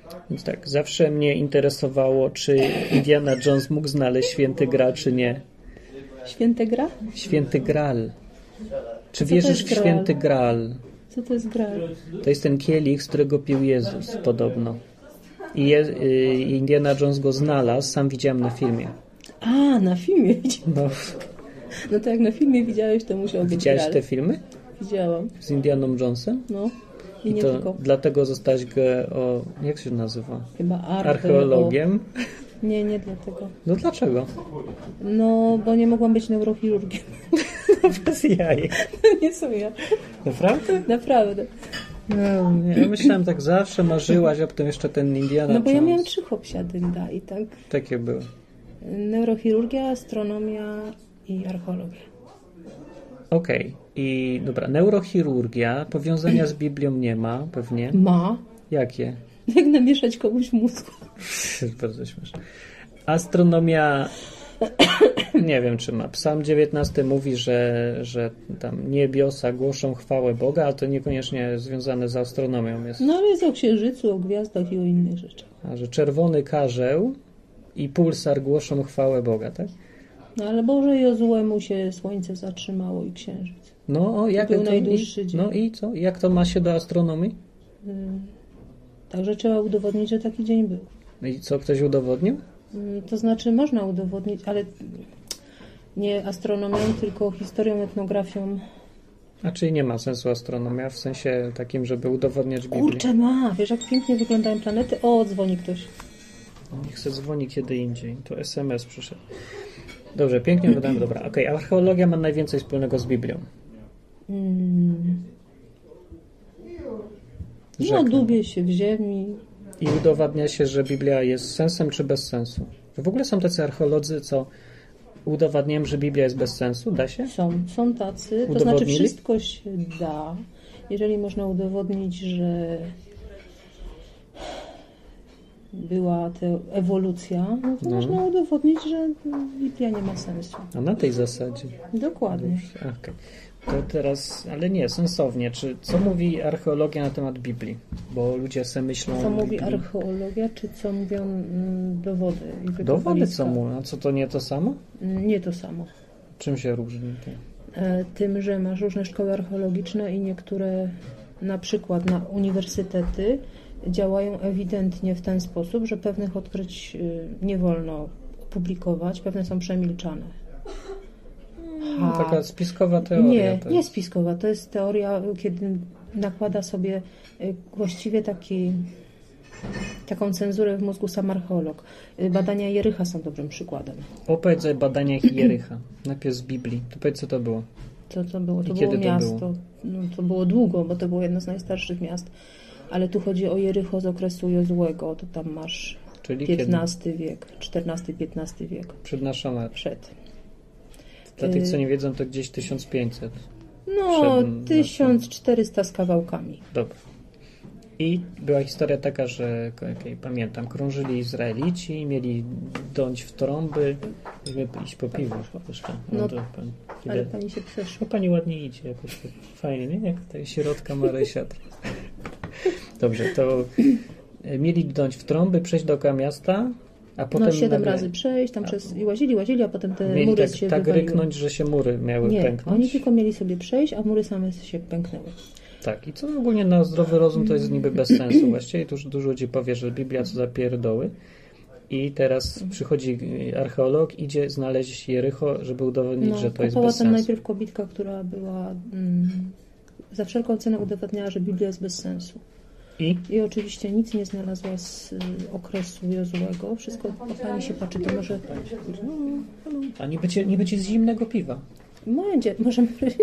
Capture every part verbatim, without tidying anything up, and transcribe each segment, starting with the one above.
Więc tak, zawsze mnie interesowało, czy Indiana Jones mógł znaleźć święty Graal, czy nie. Święty Graal? Święty Graal. Czy Co wierzysz w Graal? święty Graal? Co to jest Graal? To jest ten kielich, z którego pił Jezus, podobno. I je, y, Indiana Jones go znalazł, sam widziałem na filmie. A, na filmie widziałem. No. No to jak na filmie widziałeś, to musiał być Widziałeś Graal. te filmy? Widziałam. Z Indianą Jonesem? No. I, I nie to tylko. dlatego zostałeś geo... Jak się nazywa? Chyba archeo... Archeologiem? Nie, nie dlatego. No dlaczego? No, bo nie mogłam być neurochirurgiem. No bez jaj. Nie są ja. Naprawdę? Naprawdę. No, nie. Ja myślałem, tak zawsze marzyłaś, a potem jeszcze ten Indiana No bo ja Jones. miałam trzy hopsiadynda i tak. Takie były. Neurochirurgia, astronomia i archeologia. Okej. Okay. I dobra, neurochirurgia, powiązania z Biblią nie ma, pewnie. Ma. Jakie? Jak namieszać komuś mózg. Bardzo śmieszne. Astronomia... Nie wiem, czy ma. Psalm dziewiętnasty mówi, że, że tam niebiosa głoszą chwałę Boga, a to niekoniecznie związane z astronomią jest. No ale jest o księżycu, o gwiazdach i o innych rzeczach. A że czerwony karzeł i pulsar głoszą chwałę Boga, tak? No ale Boże Jozuemu się słońce zatrzymało i księżyc. No, jak był to, najdłuższy i, dzień. No i co? Jak to ma się do astronomii? Yy, także trzeba udowodnić, że taki dzień był. No i co, ktoś udowodnił? Yy, to znaczy można udowodnić, ale nie astronomią, tylko historią, etnografią. A czyli nie ma sensu astronomia w sensie takim, żeby udowodniać Biblię? Kurczę ma, wiesz jak pięknie wyglądają planety? O, dzwoni ktoś. Niech chce dzwoni kiedy indziej. To es em es przyszedł. Dobrze, pięknie wydałem. Dobra, okej. Okay. Archeologia ma najwięcej wspólnego z Biblią. Hmm. No, Rzekłem. dubie się w ziemi. I udowadnia się, że Biblia jest sensem czy bez sensu. W ogóle są tacy archeolodzy, co udowadniają, że Biblia jest bez sensu. Da się? Są, są tacy. To Udowodnili? znaczy wszystko się da. Jeżeli można udowodnić, że była ta ewolucja, no to No. można udowodnić, że Biblia nie ma sensu. A na tej zasadzie. Dokładnie. Okay. To teraz, ale nie, sensownie. Czy, co mówi archeologia na temat Biblii? Bo ludzie sobie myślą... Co mówi Biblii... archeologia, czy co mówią mm, dowody? I Dowody co mówią? A co, to nie to samo? Nie to samo. Czym się różni? E, tym, że masz różne szkoły archeologiczne i niektóre, na przykład na uniwersytety, działają ewidentnie w ten sposób, że pewnych odkryć y, nie wolno publikować, pewne są przemilczane. No, taka spiskowa teoria. Nie, to nie jest. spiskowa. To jest teoria, kiedy nakłada sobie y, właściwie taki, taką cenzurę w mózgu sam archeolog. Y, Badania Jericha są dobrym przykładem. Opowiedz o badaniach Jericha. Najpierw z Biblii. To powiedz, co to było. Co to było? To I było kiedy to miasto. było? No, to było długo, bo to było jedno z najstarszych miast. Ale tu chodzi o Jericho z okresu Jozłego. To tam masz Czyli piętnasty wiek, czternasty piętnasty wiek. Przed naszą erą. Przed. Dla tych, co nie wiedzą, to gdzieś tysiąc pięćset. No, Przed tysiąc czterysta z kawałkami. Dobra. I była historia taka, że okay, pamiętam, krążyli Izraelici, mieli dąć w trąby, żeby iść po piwo jeszcze. No, No, to pan, ale pani się przeszła. no, pani ładnie idzie jakoś tak fajnie, nie? Jak ta środka Marysia. Dobrze, to mieli dąć w trąby, przejść dookoła miasta, a potem No, siedem nagle razy przejść, tam przez, i łazili, łazili, a potem te mieli mury tak, się tak wywaliły. ryknąć, że się mury miały Nie, pęknąć. oni tylko mieli sobie przejść, a mury same się pęknęły. Tak, i co ogólnie na zdrowy rozum to jest niby bez sensu właściwie. Dużo, dużo ludzi powie, że Biblia co za pierdoły. I teraz przychodzi archeolog, idzie znaleźć Jericho, żeby udowodnić, No, że to jest kopała bez tam sensu. najpierw kobitka, która była mm, za wszelką cenę udowadniała, że Biblia jest bez sensu. I? I oczywiście nic nie znalazła z y, okresu Jozłego. Wszystko, pani się patrzy, to może... No, halo. A nie będzie, nie będzie z zimnego piwa. Będzie, możemy...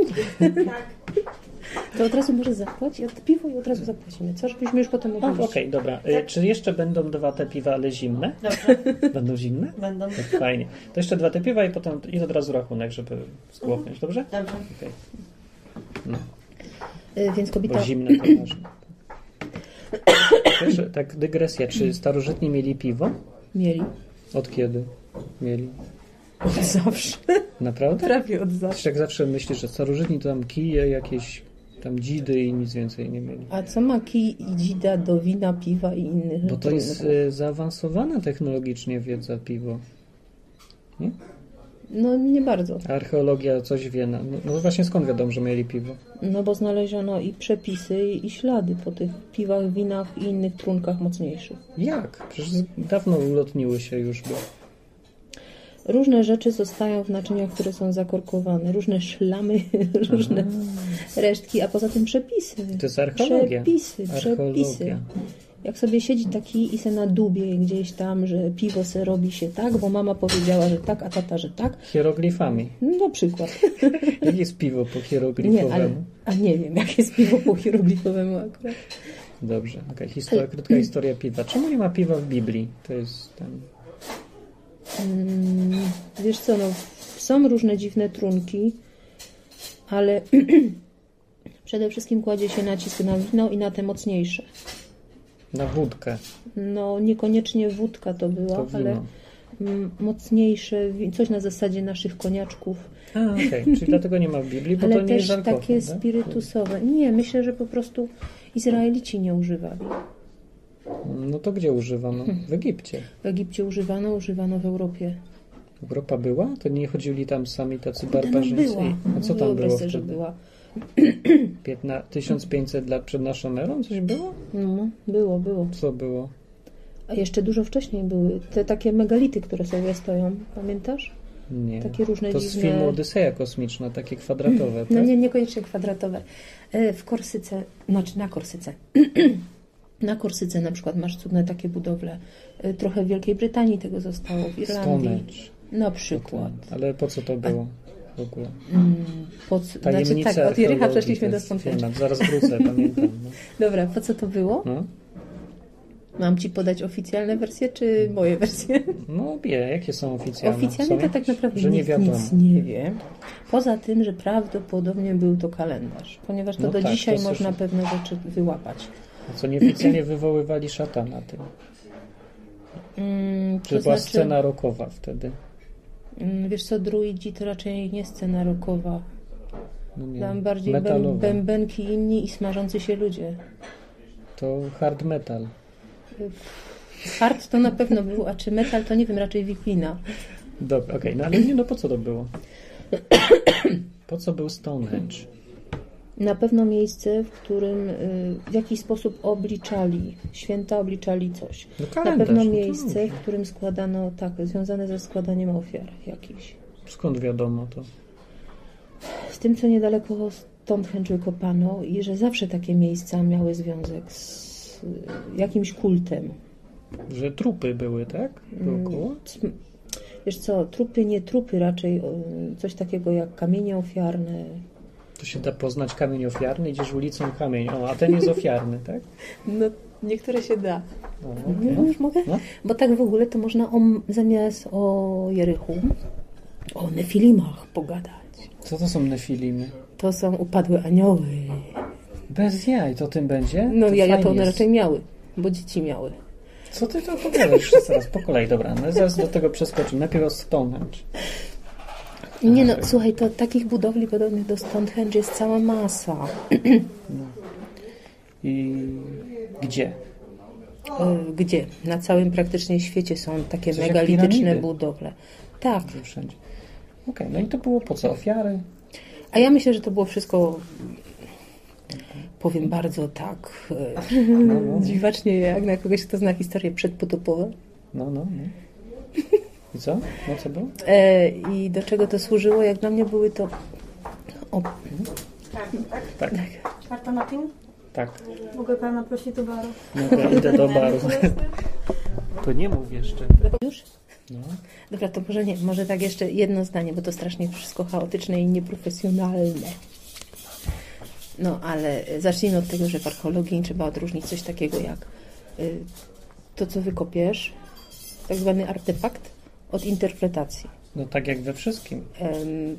To od razu może zapłać i od piwo i od razu zapłacimy. Co, żebyśmy już potem mogli... Okej, okay, dobra. Tak. Czy jeszcze będą dwa te piwa, ale zimne? Dobrze. Będą zimne? Będą. Tak, fajnie. To jeszcze dwa te piwa i potem i od razu rachunek, żeby zgłopnąć, dobrze? Dobrze. Okay. No, Y, Więc kobieta... bo zimne to ważne. Wiesz, tak dygresja. Czy starożytni mieli piwo? Mieli. Od kiedy mieli? Od zawsze. Naprawdę? Prawie od zawsze. Jak zawsze myślisz, że starożytni to tam kije jakieś tam dzidy i nic więcej nie mieli. A co ma kij i dzida do wina, piwa i innych? Bo to jest y, zaawansowana technologicznie wiedza piwo. Nie? No nie bardzo. Archeologia coś wie. Na, no, no właśnie skąd wiadomo, że mieli piwo? No bo znaleziono i przepisy, i ślady po tych piwach, winach i innych trunkach mocniejszych. Jak? Przecież dawno ulotniły się już. Bo... Różne rzeczy zostają w naczyniach, które są zakorkowane. Różne szlamy, różne Aha. resztki, a poza tym przepisy. To jest archeologia. Przepisy, Archeologia. przepisy. Jak sobie siedzi taki i se na dubie gdzieś tam, że piwo se robi się tak, bo mama powiedziała, że tak, a tata, że tak. Hieroglifami. No, na przykład. Jak jest piwo po hieroglifowemu? Nie, ale, a nie wiem, jak jest piwo po hieroglifowemu akurat. Dobrze, okay. Historia, krótka historia piwa. Czemu nie ma piwa w Biblii? To jest ten... Hmm, wiesz co, no, są różne dziwne trunki, ale przede wszystkim kładzie się nacisk na wino i na te mocniejsze. Na wódkę. No niekoniecznie wódka to była, To ale m, mocniejsze, wi- coś na zasadzie naszych koniaczków. A, okej. Okay. Czyli dlatego nie ma w Biblii, bo Ale to nie też jest alkohol, takie tak? spirytusowe. Nie, myślę, że po prostu Izraelici nie używali. No to gdzie używano? W Egipcie. W Egipcie używano, używano w Europie. Europa była? To nie chodzili tam sami tacy Kurde, no barbarzyńcy? była. A co No tam wyobraź było sobie, że wtedy? była. piętnaście, tysiąc pięćset lat przed naszą erą? Coś było? No, było, było. Co było? A jeszcze dużo wcześniej były te takie megality, które sobie stoją. Pamiętasz? Nie. Takie różne to dziwne... z filmu Odyseja Kosmiczna, takie kwadratowe, No tak? nie, niekoniecznie kwadratowe. E, W Korsyce, znaczy na Korsyce. Na Korsyce na przykład masz cudne takie budowle. E, Trochę w Wielkiej Brytanii tego zostało, w Irlandii. Stonehenge. Na przykład. Ale po co to było w ogóle? Mm, po co- Tajemnica znaczy, tak, od Jericha archeologii przeszliśmy to do jest Stonehenge. temat. Zaraz wrócę, pamiętam. No. Dobra, po co to było? No. Mam Ci podać oficjalne wersje, czy moje wersje? No wie, jakie są oficjalne? Oficjalnie są to tak naprawdę że nie nikt wiadomo. nic nie wie. Poza tym, że prawdopodobnie był to kalendarz. Ponieważ to No do tak, dzisiaj to można słyszę. pewne rzeczy wyłapać. A co nieoficjalnie wywoływali szatana tym. Mm, Czy to była znaczy, scena rockowa wtedy? mm, wiesz co, druidzi to raczej nie scena rockowa. No nie, Tam bardziej bęb, metalowa. bębenki inni i smażący się ludzie. To hard metal. Hard to na pewno był, a czy metal to nie wiem, raczej wiklina. Dobra, okej, okay. No ale nie, no po co to było? Po co był Stonehenge? Na pewno miejsce, w którym y, w jakiś sposób obliczali, święta obliczali coś. No Na kalendarz, pewno no to miejsce, dobrze. w którym składano, tak, związane ze składaniem ofiar jakichś. Skąd wiadomo to? Z tym, co niedaleko Stonehenge wykopano i że zawsze takie miejsca miały związek z y, jakimś kultem. Że trupy były, tak? Dookoła? Mm, Wiesz co, trupy, nie trupy, raczej o, coś takiego jak kamienie ofiarne. To się da poznać kamień ofiarny, idziesz ulicą kamień. O, a ten jest ofiarny, tak? No, niektóre się da. O, No, okay. już mogę? No. Bo tak w ogóle to można o, zamiast o Jerychu, o Nefilimach pogadać. Co to są nefilimy? To są upadłe anioły. Bez jaj, to tym będzie? No to ja, ja fajnie to one jest. raczej miały, bo dzieci miały. Co ty to opowiadasz jeszcze raz po kolei? Dobra, no zaraz do tego przeskoczymy. Najpierw o Stonehenge. Nie no, Aha. słuchaj, to takich budowli podobnych do Stonehenge jest cała masa. No. I gdzie? Y, Gdzie? Na całym praktycznie świecie są takie Coś jak megalityczne piramidy. budowle. Tak. Gdzie wszędzie. Okej, no i to było po co? Ofiary? A ja myślę, że to było wszystko, powiem bardzo tak, No, no. dziwacznie, jak na kogoś, kto zna historię przedpotopową. No, no, no. I co? No co było? E, I do czego to służyło? Jak dla mnie były to... O, Tak, Karta na tym? tak. Mogę pana prosić do baru. No, ja idę do baru. To nie mów jeszcze. już? No. Dobra, to może nie, może tak jeszcze jedno zdanie, bo to strasznie wszystko chaotyczne i nieprofesjonalne. No, ale zacznijmy od tego, że w archeologii trzeba odróżnić coś takiego jak y, to, co wykopiesz, tak zwany artefakt, od interpretacji. No tak jak we wszystkim. Em,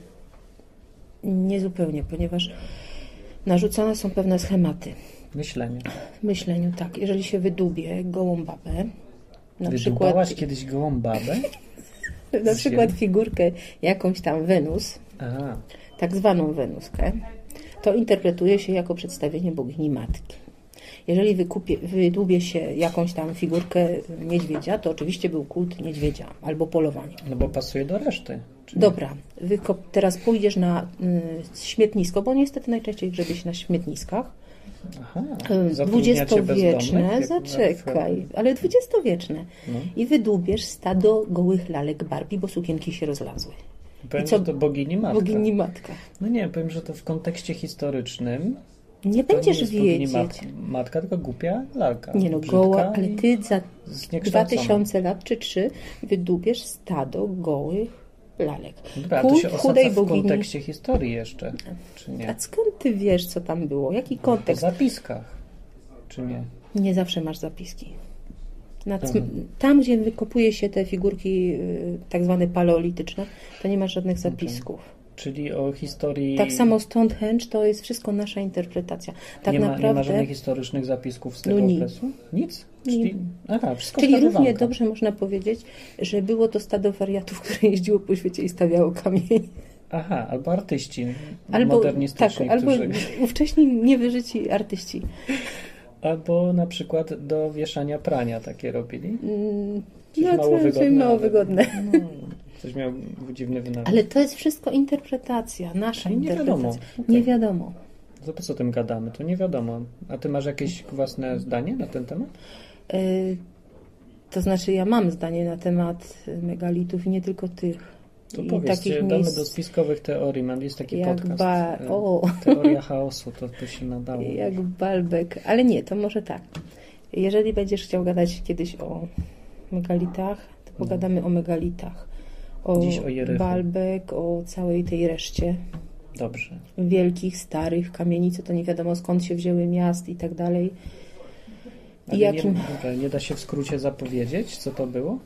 nie zupełnie, ponieważ narzucone są pewne schematy. Myślenie. W myśleniu, tak. Jeżeli się wydubie gołą babę, na Wydubałaś przykład, kiedyś gołą babę? na z przykład ziemi? figurkę jakąś tam Wenus, Aha. tak zwaną Wenuskę, to interpretuje się jako przedstawienie bogini matki. Jeżeli wykupie, wydłubie się jakąś tam figurkę niedźwiedzia, to oczywiście był kult niedźwiedzia albo polowanie. No bo pasuje do reszty. Dobra, wykop, teraz pójdziesz na y, śmietnisko, bo niestety najczęściej grzebie się na śmietniskach. Aha, dwudziestowieczne, zaczekaj, ale dwudziestowieczne. No. I wydłubiesz stado gołych lalek Barbie, bo sukienki się rozlazły. Powiem, I co? że to bogini matka. Bogini matka. No nie, powiem, że to w kontekście historycznym nie to będziesz nie jest wiedzieć. Matka, matka, tylko głupia lalka. Nie no, goła, ale ty za dwa tysiące lat czy trzy wydłubiesz stado gołych lalek. Dobra, to się osadza w bogini... kontekście historii jeszcze, czy nie? A skąd ty wiesz, co tam było? Jaki kontekst? W zapiskach, czy nie? Nie zawsze masz zapiski. Na c... Tam, gdzie wykopuje się te figurki y, tak zwane paleolityczne, to nie masz żadnych zapisków. Okay. Czyli o historii... Tak samo Stonehenge to jest wszystko nasza interpretacja. Tak nie, ma, naprawdę... nie ma żadnych historycznych zapisków z tego no okresu? Nic? Czyli, nie. Aha, wszystko Czyli równie dobrze można powiedzieć, że było to stado wariatów, które jeździło po świecie i stawiało kamień. Aha, albo artyści albo, modernistyczni. Tak, którzy... albo ówcześni niewyżyci artyści. Albo na przykład do wieszania prania takie robili. Mm, coś no, mało coś wygodne. mało wygodne. No, coś miał dziwny wynalazek. Ale to jest wszystko interpretacja, nasza nie interpretacja. Wiadomo. Nie wiadomo. To po co o tym gadamy? To nie wiadomo. A ty masz jakieś własne zdanie na ten temat? Yy, to znaczy ja mam zdanie na temat megalitów i nie tylko tych. To I powiedzcie, takich damy miejsc, do spiskowych teorii. Man, jest taki jak podcast. Ba- o. Teoria chaosu, to by się nadało. Jak Balbek. Ale nie, to może tak. Jeżeli będziesz chciał gadać kiedyś o megalitach, to pogadamy no. o megalitach. O, Dziś o Jerychu. Balbek, o całej tej reszcie. Dobrze. Wielkich, starych kamienic, to nie wiadomo skąd się wzięły miast i tak dalej. Ale I jakim... nie, nie da się w skrócie zapowiedzieć, co to było?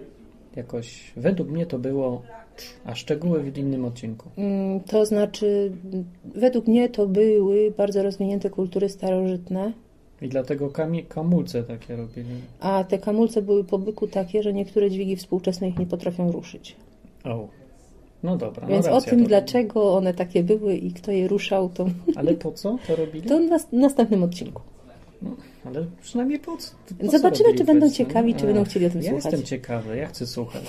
Jakoś, według mnie to było, a szczegóły w innym odcinku. To znaczy, według mnie to były bardzo rozwinięte kultury starożytne. I dlatego kamie, kamulce takie robili. A te kamulce były po byku takie, że niektóre dźwigi współczesne ich nie potrafią ruszyć. O, no dobra. Więc no racja, o tym, to... dlaczego one takie były i kto je ruszał, to... Ale po co to robili? To na następnym odcinku. No, ale przynajmniej po co? Po Zobaczymy, co czy będą kwestię? ciekawi, czy A, będą chcieli o tym ja słuchać. Jestem ciekawy, ja chcę słuchać.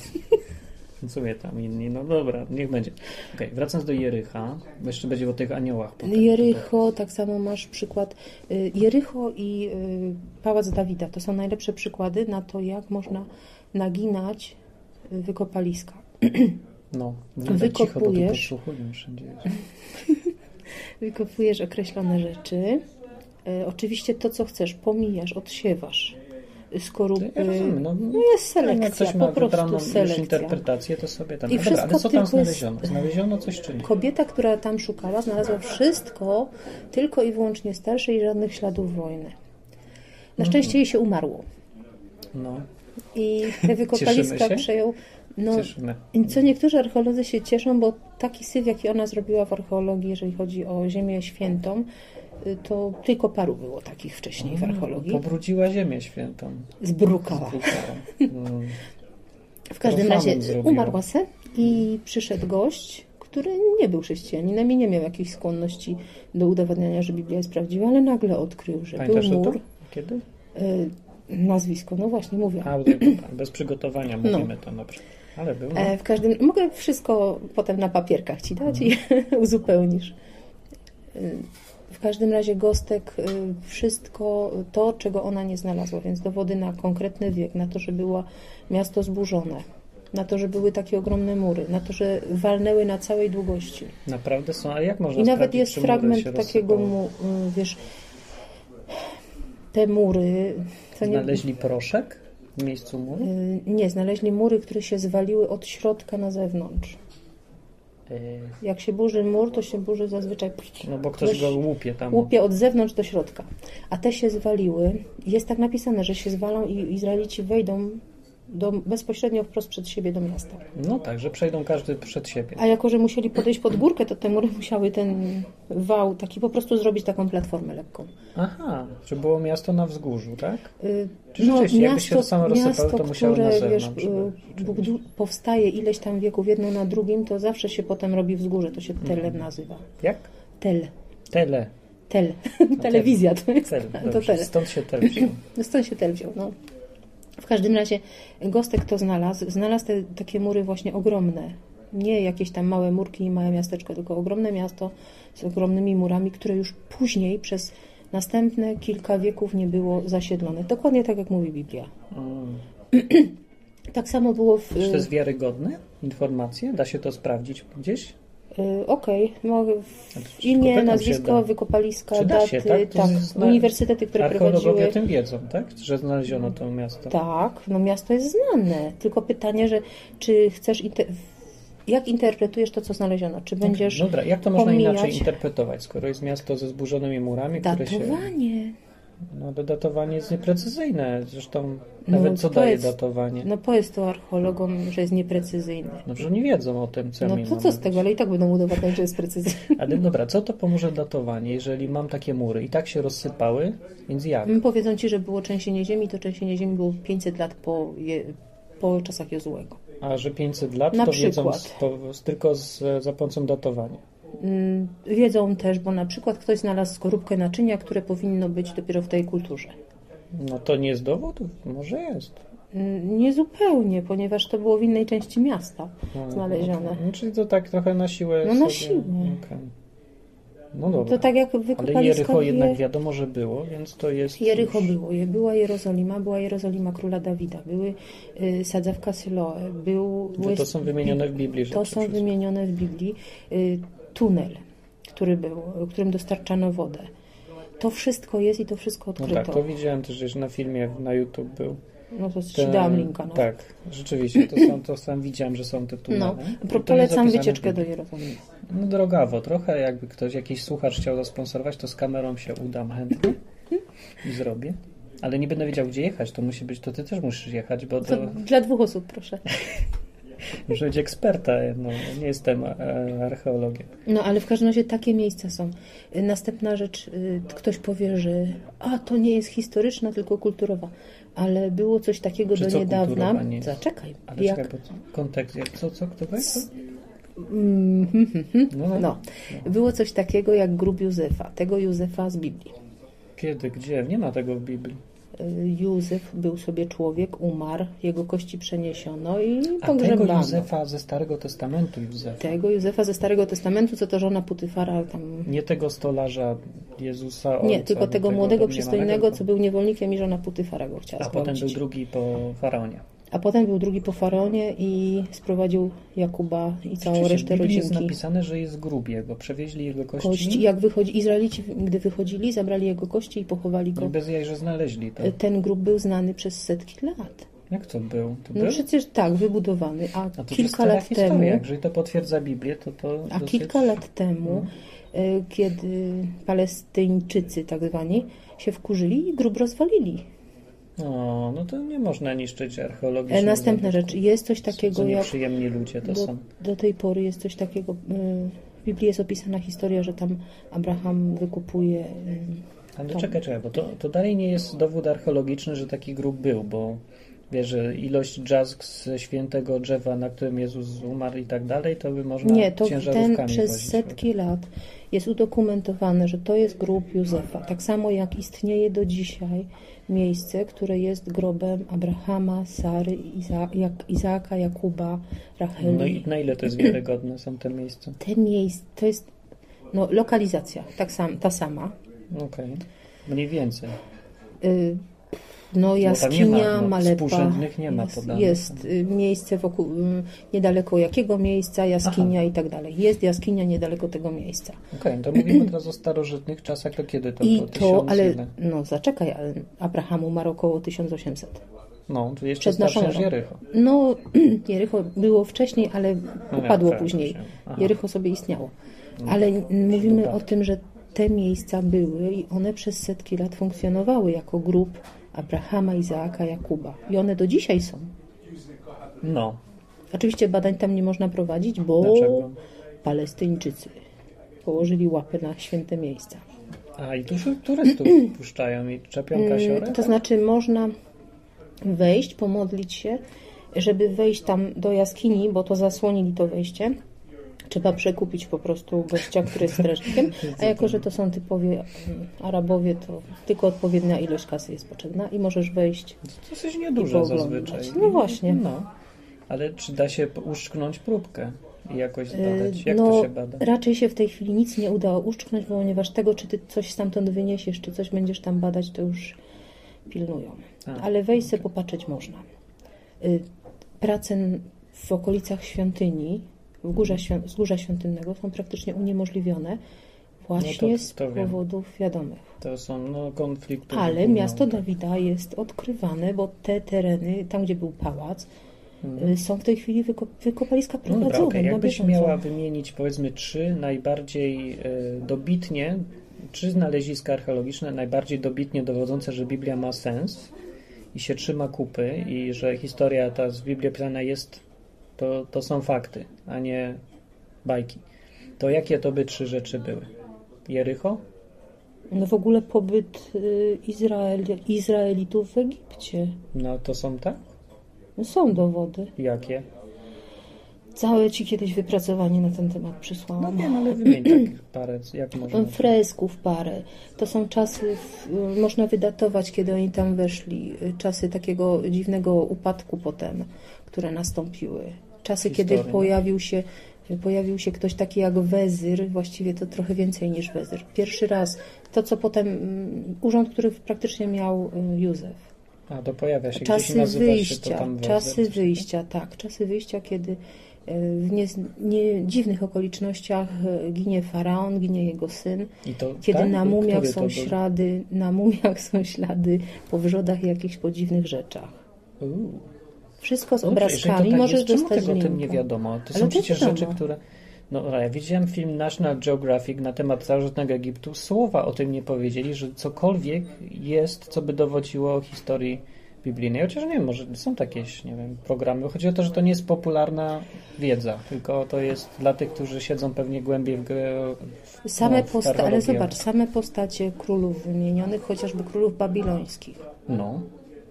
Co mnie tam inni? No dobra, niech będzie. Okej, okay, wracając do Jericha, bo jeszcze będzie o tych aniołach. Potem. Jericho, tak samo masz przykład. Jericho i Pałac Dawida to są najlepsze przykłady na to, jak można naginać wykopaliska. No, wykopujesz. Cicho, bo tu wszędzie wykopujesz określone rzeczy. E, oczywiście to, co chcesz, pomijasz, odsiewasz. Skorupy. Ja rozumiem, no, no jest selekcja, jak ktoś ma po prostu selekcja. interpretację, to sobie tam... I no dobra, ale co tam znaleziono? Jest... Znaleziono coś czy nie? Kobieta, która tam szukała, znalazła wszystko, tylko i wyłącznie starsze i żadnych śladów wojny. Na szczęście jej się umarło. No. I te wykopaliska przejął... No, co niektórzy archeolodzy się cieszą, bo taki syf, jaki ona zrobiła w archeologii, jeżeli chodzi o Ziemię Świętą, to tylko paru było takich wcześniej w archeologii. Pobrudziła Ziemię Świętą. Zbrukała. Zbrukała. No. W każdym razie umarła se i przyszedł gość, który nie był chrześcijaninem i nie miał jakichś skłonności do udowadniania, że Biblia jest prawdziwa, ale nagle odkrył, że Pamiętasz był mur. To? Kiedy? Y, nazwisko, no właśnie mówię. A, bez przygotowania mówimy no. to dobrze. Ale był, no. e, w każdym, mogę wszystko potem na papierkach ci dać hmm. i uzupełnisz. W każdym razie Gostek wszystko to, czego ona nie znalazła, więc dowody na konkretny wiek, na to, że było miasto zburzone, na to, że były takie ogromne mury, na to, że walnęły na całej długości. Naprawdę są, a jak można I nawet jest czy fragment takiego, mu, wiesz, te mury... To Znaleźli nie, proszek w miejscu muru? Nie, znaleźli mury, które się zwaliły od środka na zewnątrz. Jak się burzy mur, to się burzy zazwyczaj... No bo ktoś go łupie tam. Łupie od zewnątrz do środka. A te się zwaliły. Jest tak napisane, że się zwalą i Izraelici wejdą do, bezpośrednio wprost przed siebie do miasta. No tak, że przejdą każdy przed siebie. A jako, że musieli podejść pod górkę, to te mury musiały ten wał taki po prostu zrobić taką platformę lekką. Aha, że było miasto na wzgórzu, tak? Yy, Czy no, miasto, jakby się to samo rozsypało, to musiało na zewnątrz. Wiesz, yy, powstaje ileś tam wieków jedno na drugim, to zawsze się potem robi wzgórze. To się Tel nazywa. Jak? Tel. Tele. Tel. Telewizja to jest. Tel, to dobrze, tele. stąd się tel wziął. Stąd się tel wziął, no. W każdym razie Gostek to znalazł. Znalazł te takie mury właśnie ogromne. Nie jakieś tam małe murki i małe miasteczko, tylko ogromne miasto z ogromnymi murami, które już później przez następne kilka wieków nie było zasiedlone. Dokładnie tak, jak mówi Biblia. Mm. Tak samo było w... Czy to jest wiarygodne informacje? Da się to sprawdzić gdzieś? Yy, Okej, okay. Znaczy, Imię, nazwisko, wykopaliska, Czy da daty, się, tak? To tak. zna... Uniwersytety, które Archeologowie prowadziły... o tym wiedzą, tak? Że znaleziono to miasto. Tak, no miasto jest znane. Tylko pytanie, że czy chcesz... Inter... Jak interpretujesz to, co znaleziono? Czy będziesz Dobra, jak to można pomijać... inaczej interpretować, skoro jest miasto ze zburzyonymi murami, które się... Datowanie. No to datowanie jest nieprecyzyjne. Zresztą No, nawet co to daje jest- datowanie? No powiedz to archeologom, że jest nieprecyzyjny. No, że nie wiedzą o tym, co No mi to mamy co z być. tego, ale i tak będą udowadniać, że jest precyzyjny. Ale dobra, co to pomoże datowanie, jeżeli mam takie mury i tak się rozsypały, więc jak? Powiedzą ci, że było trzęsienie ziemi, to trzęsienie ziemi było pięćset lat po, je, po czasach Jozułego. A że pięćset lat Na to wiedzą przykład. z, po, z, tylko z, za pomocą datowania. Mm, Wiedzą też, bo na przykład ktoś znalazł skorupkę naczynia, które powinno być dopiero w tej kulturze. No to nie jest dowód? Może jest. Mm, Nie zupełnie, ponieważ to było w innej części miasta No, znalezione. No, czyli to tak trochę na siłę No na sobie... siłę. Okej. No dobra. To tak jak Ale wykopaliska Jericho w jednak Je- wiadomo, że było, więc to jest... Jericho już- było. Je- Była Jerozolima, była Jerozolima króla Dawida, były y, sadzawka Syloe, był... Że to są wymienione w Biblii. Że To są wszystko. wymienione w Biblii. Y, tunel, który był, którym dostarczano wodę. To wszystko jest i to wszystko No odkryto. tak, to widziałem też, że na filmie na YouTube był. No to ci Ten- dałam linka. No. Tak, rzeczywiście, to, są, to sam widziałem, że są te tunele. No. I Pro, to jest polecam zapisane w wycieczkę do Biblii. Jerozolimy. No drogawo, trochę jakby ktoś, jakiś słuchacz chciał zasponsorować, to z kamerą się udam chętnie i zrobię. Ale nie będę wiedział, gdzie jechać, to musi być, to ty też musisz jechać, bo to To dla dwóch osób, proszę. muszę być eksperta, no, nie jestem e, archeologiem. No ale w każdym razie takie miejsca są. Y, Następna rzecz, y, ktoś powie, że a to nie jest historyczna, tylko kulturowa. Ale było coś takiego Czy do co niedawna. kulturowa nie jest? Zaczekaj. Ale jak... czekaj, bo kontekst, jak- co, co, kto weź? Mm, hmm, hmm, hmm. No, no. No. Było coś takiego jak grób Józefa. Tego Józefa z Biblii. Kiedy, gdzie? Nie ma tego w Biblii. Y, Józef był sobie człowiek, umarł, jego kości przeniesiono i A tego pogrzebano. Józefa ze Starego Testamentu Józefa. Tego Józefa ze Starego Testamentu, co to żona Putyfara tam... Nie tego stolarza Jezusa Ojca. Nie, tylko tego młodego, domniemanego, przystojnego, co był niewolnikiem i żona Putyfara go chciała A potem zgwałcić. był drugi po Faraonie. A potem był drugi po Faraonie i sprowadził Jakuba i całą Rzeczywiście, resztę w Biblii jest rodzinki. napisane, że jest grób jego. Przewieźli jego kości, Kości, jak wychodzi, Izraelici, gdy wychodzili, zabrali jego kości i pochowali i go. bez jaj, że znaleźli to. Ten grób był znany przez setki lat. Jak to był? To No był? przecież tak, wybudowany, a, A to jest kilka stara lat historia. temu, Jeżeli to potwierdza Biblię, to to a dosyć... kilka lat temu, No. y, kiedy Palestyńczycy tak zwani się wkurzyli i grób rozwalili. O, no to nie można niszczyć E, archeologicznie. Następna rzecz, jest coś takiego Co jak... nieprzyjemni ludzie to Do, są. do tej pory jest coś takiego, y, w Biblii jest opisana historia, że tam Abraham wykupuje... y, Ale to- czekaj, czekaj, bo to, to dalej nie jest dowód archeologiczny, że taki grób był, bo wiesz, że ilość drzazg z świętego drzewa, na którym Jezus umarł i tak dalej, to by można Nie, to ciężarówkami ten przez wozić. setki lat jest udokumentowane, że to jest grób Józefa. Tak samo jak istnieje do dzisiaj miejsce, które jest grobem Abrahama, Sary, Iza, jak, Izaaka, Jakuba, Racheli. No i na ile to jest wiarygodne są te miejsca? Te miejsce, to jest no, lokalizacja, tak sam, ta sama. Okej, mniej więcej. Y, No tam nie jaskinia, ma, no, Malepa, współrzędnych nie ma jest, podanych. jest y, miejsce wokół, y, niedaleko jakiego miejsca, jaskinia i tak dalej. Jest jaskinia niedaleko tego miejsca. Okej, to mówimy teraz o starożytnych czasach, to kiedy to I było? to, Tysiąc ale ile? no zaczekaj, ale Abraham umarł około tysiąc osiemset. No, to jeszcze Przed starsze naszą niż erą. Jericho. No, Jericho było wcześniej, ale No, upadło tak, później. się- aha. Jericho sobie istniało. Ale n- mówimy dodatki. o tym, że te miejsca były i one przez setki lat funkcjonowały jako grób Abrahama, Izaaka, Jakuba. I one do dzisiaj są. No, Oczywiście badań tam nie można prowadzić, bo Dlaczego? Palestyńczycy położyli łapy na święte miejsca. a i tu turystów puszczają i czepią kasiorę? To znaczy można wejść, pomodlić się, żeby wejść tam do jaskini, bo to zasłonili to wejście, Trzeba przekupić po prostu gościa, który jest strażnikiem, a jako, że to są typowi Arabowie, to tylko odpowiednia ilość kasy jest potrzebna i możesz wejść. To coś nieduże zazwyczaj. No właśnie. No. Ale czy da się uszczknąć próbkę i jakoś zbadać? Jak no, to się bada? Raczej się w tej chwili nic nie udało uszczknąć, ponieważ tego, czy ty coś stamtąd wyniesiesz, czy coś będziesz tam badać, to już pilnują. A, ale wejść okay. sobie popatrzeć można. Prace w okolicach świątyni, w górze, wzgórza świątynnego są praktycznie uniemożliwione właśnie no to, to z powodów wiem. wiadomych. To są no, konflikty. Ale miasto Dawida jest odkrywane, bo te tereny, tam gdzie był pałac, hmm. są w tej chwili wyko- wykopaliska prowadzone. No dobra, okay. Jakbyś miała wymienić powiedzmy trzy najbardziej y, dobitnie, trzy znaleziska archeologiczne najbardziej dobitnie dowodzące, że Biblia ma sens i się trzyma kupy i że historia ta z Biblii opisana jest, to, to są fakty, a nie bajki. To jakie to by trzy rzeczy były? Jericho? No w ogóle pobyt y, Izrael, Izraelitów w Egipcie. No to są tak? Są dowody. Jakie? Całe ci kiedyś wypracowanie na ten temat przysłałam. No wiem, ale wymień takich parę. Jak można? Fresków parę. To są czasy, można wydatować, kiedy oni tam weszli. Czasy takiego dziwnego upadku potem, które nastąpiły. Czasy, Historia. kiedy pojawił się, pojawił się ktoś taki jak Wezyr, właściwie to trochę więcej niż Wezyr. Pierwszy raz. To, co potem, urząd, który praktycznie miał Józef. A, to pojawia się czasy gdzieś i wyjścia, się to tam Wezyr, Czasy wyjścia, tak. Czasy wyjścia, kiedy w nie, nie dziwnych okolicznościach ginie faraon, ginie jego syn. I to, kiedy tak? na mumiach Który są ślady, na mumiach są ślady po wrzodach i jakichś podziwnych rzeczach. Uu. Wszystko z Dobrze, obrazkami, tak możesz jest, czemu dostać tego linka. o tym nie wiadomo? To Ale są to przecież wiadomo. rzeczy, które... No, ja widziałem film National Geographic na temat starożytnego Egiptu. Słowa o tym nie powiedzieli, że cokolwiek jest, co by dowodziło o historii biblijnej. Chociaż nie wiem, może są takie, nie wiem, programy. Chodzi o to, że to nie jest popularna wiedza, tylko to jest dla tych, którzy siedzą pewnie głębiej w grę. Same no, posta- ale zobacz, same postacie królów wymienionych, chociażby królów babilońskich. No.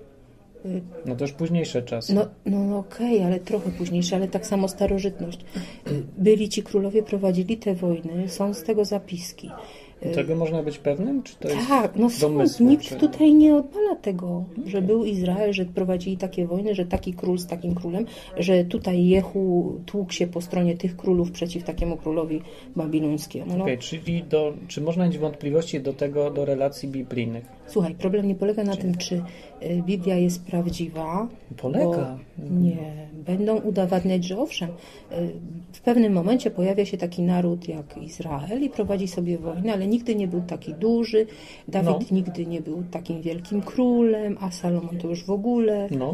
No to już późniejsze czasy. No, no, no okej, okay, ale trochę późniejsze, ale tak samo starożytność. Byli ci królowie, prowadzili te wojny, są z tego zapiski. Tego można być pewnym? Czy to jest tak, no domysły, nikt czy... tutaj nie odbala tego, że był Izrael, że prowadzili takie wojny, że taki król z takim królem, że tutaj Jehu tłukł się po stronie tych królów przeciw takiemu królowi babilońskiemu. No. Okej, okay, czyli do, czy można mieć wątpliwości do tego, do relacji biblijnych? Słuchaj, problem nie polega na czy... tym, czy Biblia jest prawdziwa. Polega. Nie. Będą udowadniać, że owszem, w pewnym momencie pojawia się taki naród jak Izrael i prowadzi sobie wojnę, ale nigdy nie był taki duży. Dawid no. nigdy nie był takim wielkim królem, a Salomon to już w ogóle. No.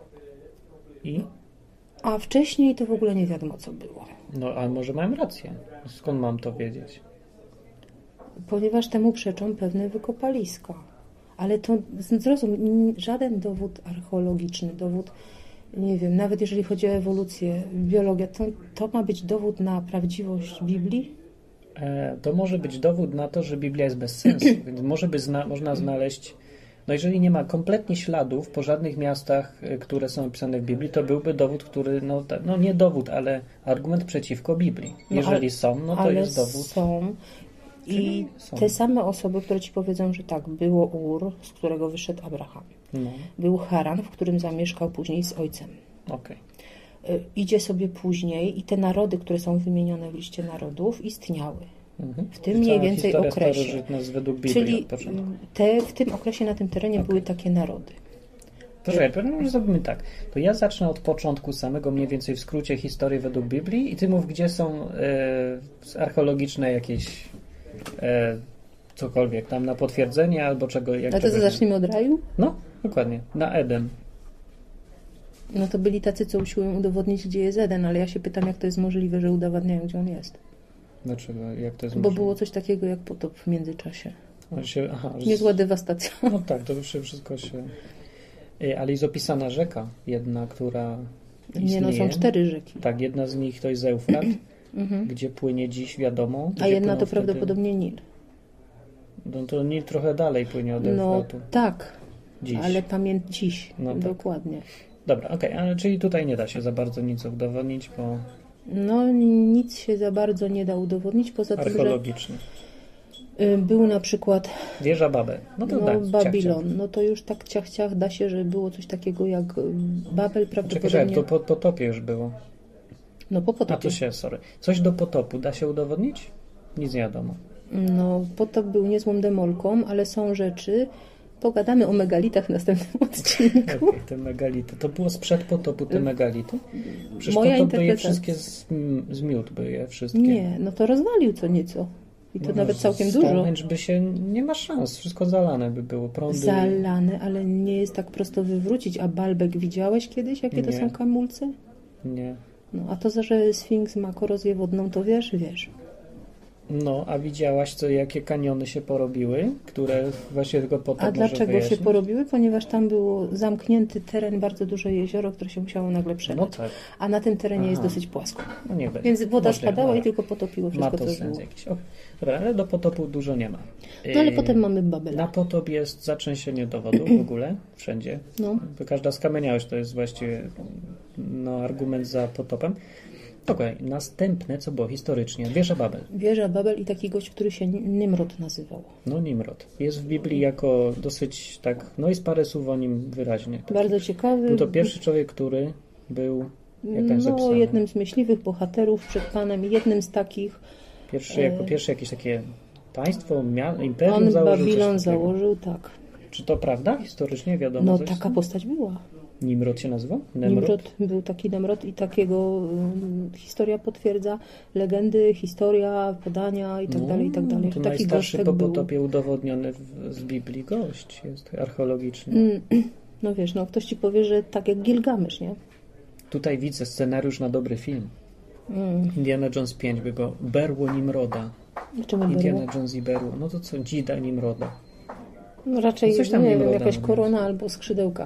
I? A wcześniej to w ogóle nie wiadomo, co było. No, ale może mam rację. Skąd mam to wiedzieć? Ponieważ temu przeczą pewne wykopaliska. Ale to, zrozum, żaden dowód archeologiczny, dowód, nie wiem, nawet jeżeli chodzi o ewolucję, biologię, to, to ma być dowód na prawdziwość Biblii? E, to może być dowód na to, że Biblia jest bez sensu. Więc może by zna, można znaleźć, no jeżeli nie ma kompletnie śladów po żadnych miastach, które są opisane w Biblii, to byłby dowód, który, no, no nie dowód, ale argument przeciwko Biblii. Jeżeli no, ale, są, no to ale jest dowód. Są. I te same osoby, które ci powiedzą, że tak, było Ur, z którego wyszedł Abraham. No. Był Haran, w którym zamieszkał później z ojcem. Okay. Idzie sobie później i te narody, które są wymienione w liście narodów, istniały. Mhm. W tym I mniej więcej okresie. Według Biblii Czyli te, w tym okresie na tym terenie okay. były takie narody. Proszę, może zrobimy tak. To ja zacznę od początku samego, mniej więcej w skrócie historii według Biblii i ty mów, gdzie są e, archeologiczne jakieś E, cokolwiek tam na potwierdzenie albo czego. Jak A to co, zacznijmy od raju? No, dokładnie. Na Eden. No to byli tacy, co usiłują udowodnić, gdzie jest Eden, ale ja się pytam, jak to jest możliwe, że udowadniają, gdzie on jest. Dlaczego? Jak to jest Bo możliwe? było coś takiego jak potop w międzyczasie. Się, aha, Niezła dewastacja. No tak, to już wszystko się... Ale jest opisana rzeka jedna, która istnieje. Nie, no są cztery rzeki. Tak, jedna z nich to jest Eufrat, mhm. gdzie płynie dziś, wiadomo. A jedna to wtedy... prawdopodobnie Nil. No to Nil trochę dalej płynie od Eufratu. No tak, dziś. ale pamięć dziś, no, dokładnie. Tak. Dobra, okej, okay. Ale czyli tutaj nie da się za bardzo nic udowodnić, bo No nic się za bardzo nie da udowodnić, poza tym, że Archeologicznie. y, był na przykład Wieża Babel. No to no, tak, Babilon. ciach, ciach. No to już tak ciach, ciach da się, że było coś takiego jak y, Babel Czekaj, prawdopodobnie. to po potopie już było. No po A potopie. to się, sorry. Coś do potopu da się udowodnić? Nic nie wiadomo. No potop był niezłą demolką, ale są rzeczy. Pogadamy o megalitach w następnym odcinku. Okay, te megality. To było sprzed potopu te megality? Przecież Moja potop by je interpretacja. wszystkie z, zmiótł by je wszystkie. Nie, no to rozwalił co nieco. I to No, nawet całkiem Stonehenge dużo. by się, nie ma szans. Wszystko zalane by było. Prądy. Zalane, ale nie jest tak prosto wywrócić. A Baalbek widziałeś kiedyś, jakie to Nie. są kamulce? Nie. No, a to, że Sfinks ma korozję wodną, to wiesz, wiesz. No, a widziałaś, co, jakie kaniony się porobiły, które właśnie tylko potop A może dlaczego się wyjaśnić? porobiły? Ponieważ tam było zamknięty teren, bardzo duże jezioro, które się musiało nagle No przelać. tak. A na tym terenie jest Aha. dosyć płasko. No nie będzie. Więc woda Możliwe, spadała dobra. i tylko potopiło Ma wszystko, to co sens było. jakiś. O, dobra, ale do potopu dużo nie ma. No ale Yy, potem mamy Na Babela. potop jest zatrzęsienie dowodu w ogóle, wszędzie. No. Każda skamieniałość to jest właściwie no, argument za potopem. Okej, następne, co było historycznie, wieża Babel. Wieża Babel i taki gość, który się Nimrod nazywał. No Nimrod. Jest w Biblii jako dosyć tak, no jest parę słów o nim wyraźnie. Bardzo ciekawy. Był to pierwszy człowiek, który był, jak tam No, zapisane, jednym z myśliwych bohaterów przed Panem, jednym z takich. pierwszy, jako pierwszy jakieś takie państwo, mia- imperium On założył. coś Babilon takiego. założył, tak. Czy to prawda? Historycznie wiadomo No coś? taka postać była. Nimrod się nazywał? Nemrod? Nimrod był taki Nemrod i takiego um, historia potwierdza, legendy, historia, podania i tak dalej, i tak dalej. To Taki najstarszy gościek po był. potopie udowodniony w, z Biblii gość jest archeologiczny. Mm, No wiesz, no ktoś ci powie, że tak jak Gilgamesz, nie? Tutaj widzę scenariusz na dobry film. Mm. Indiana Jones pięć by go berło Nimroda. Czemu Indiana było? Jones i berło. No to co? Dzida Nimroda. No raczej, No coś tam nie wiem, Nimroda jakaś mamy. korona albo skrzydełka.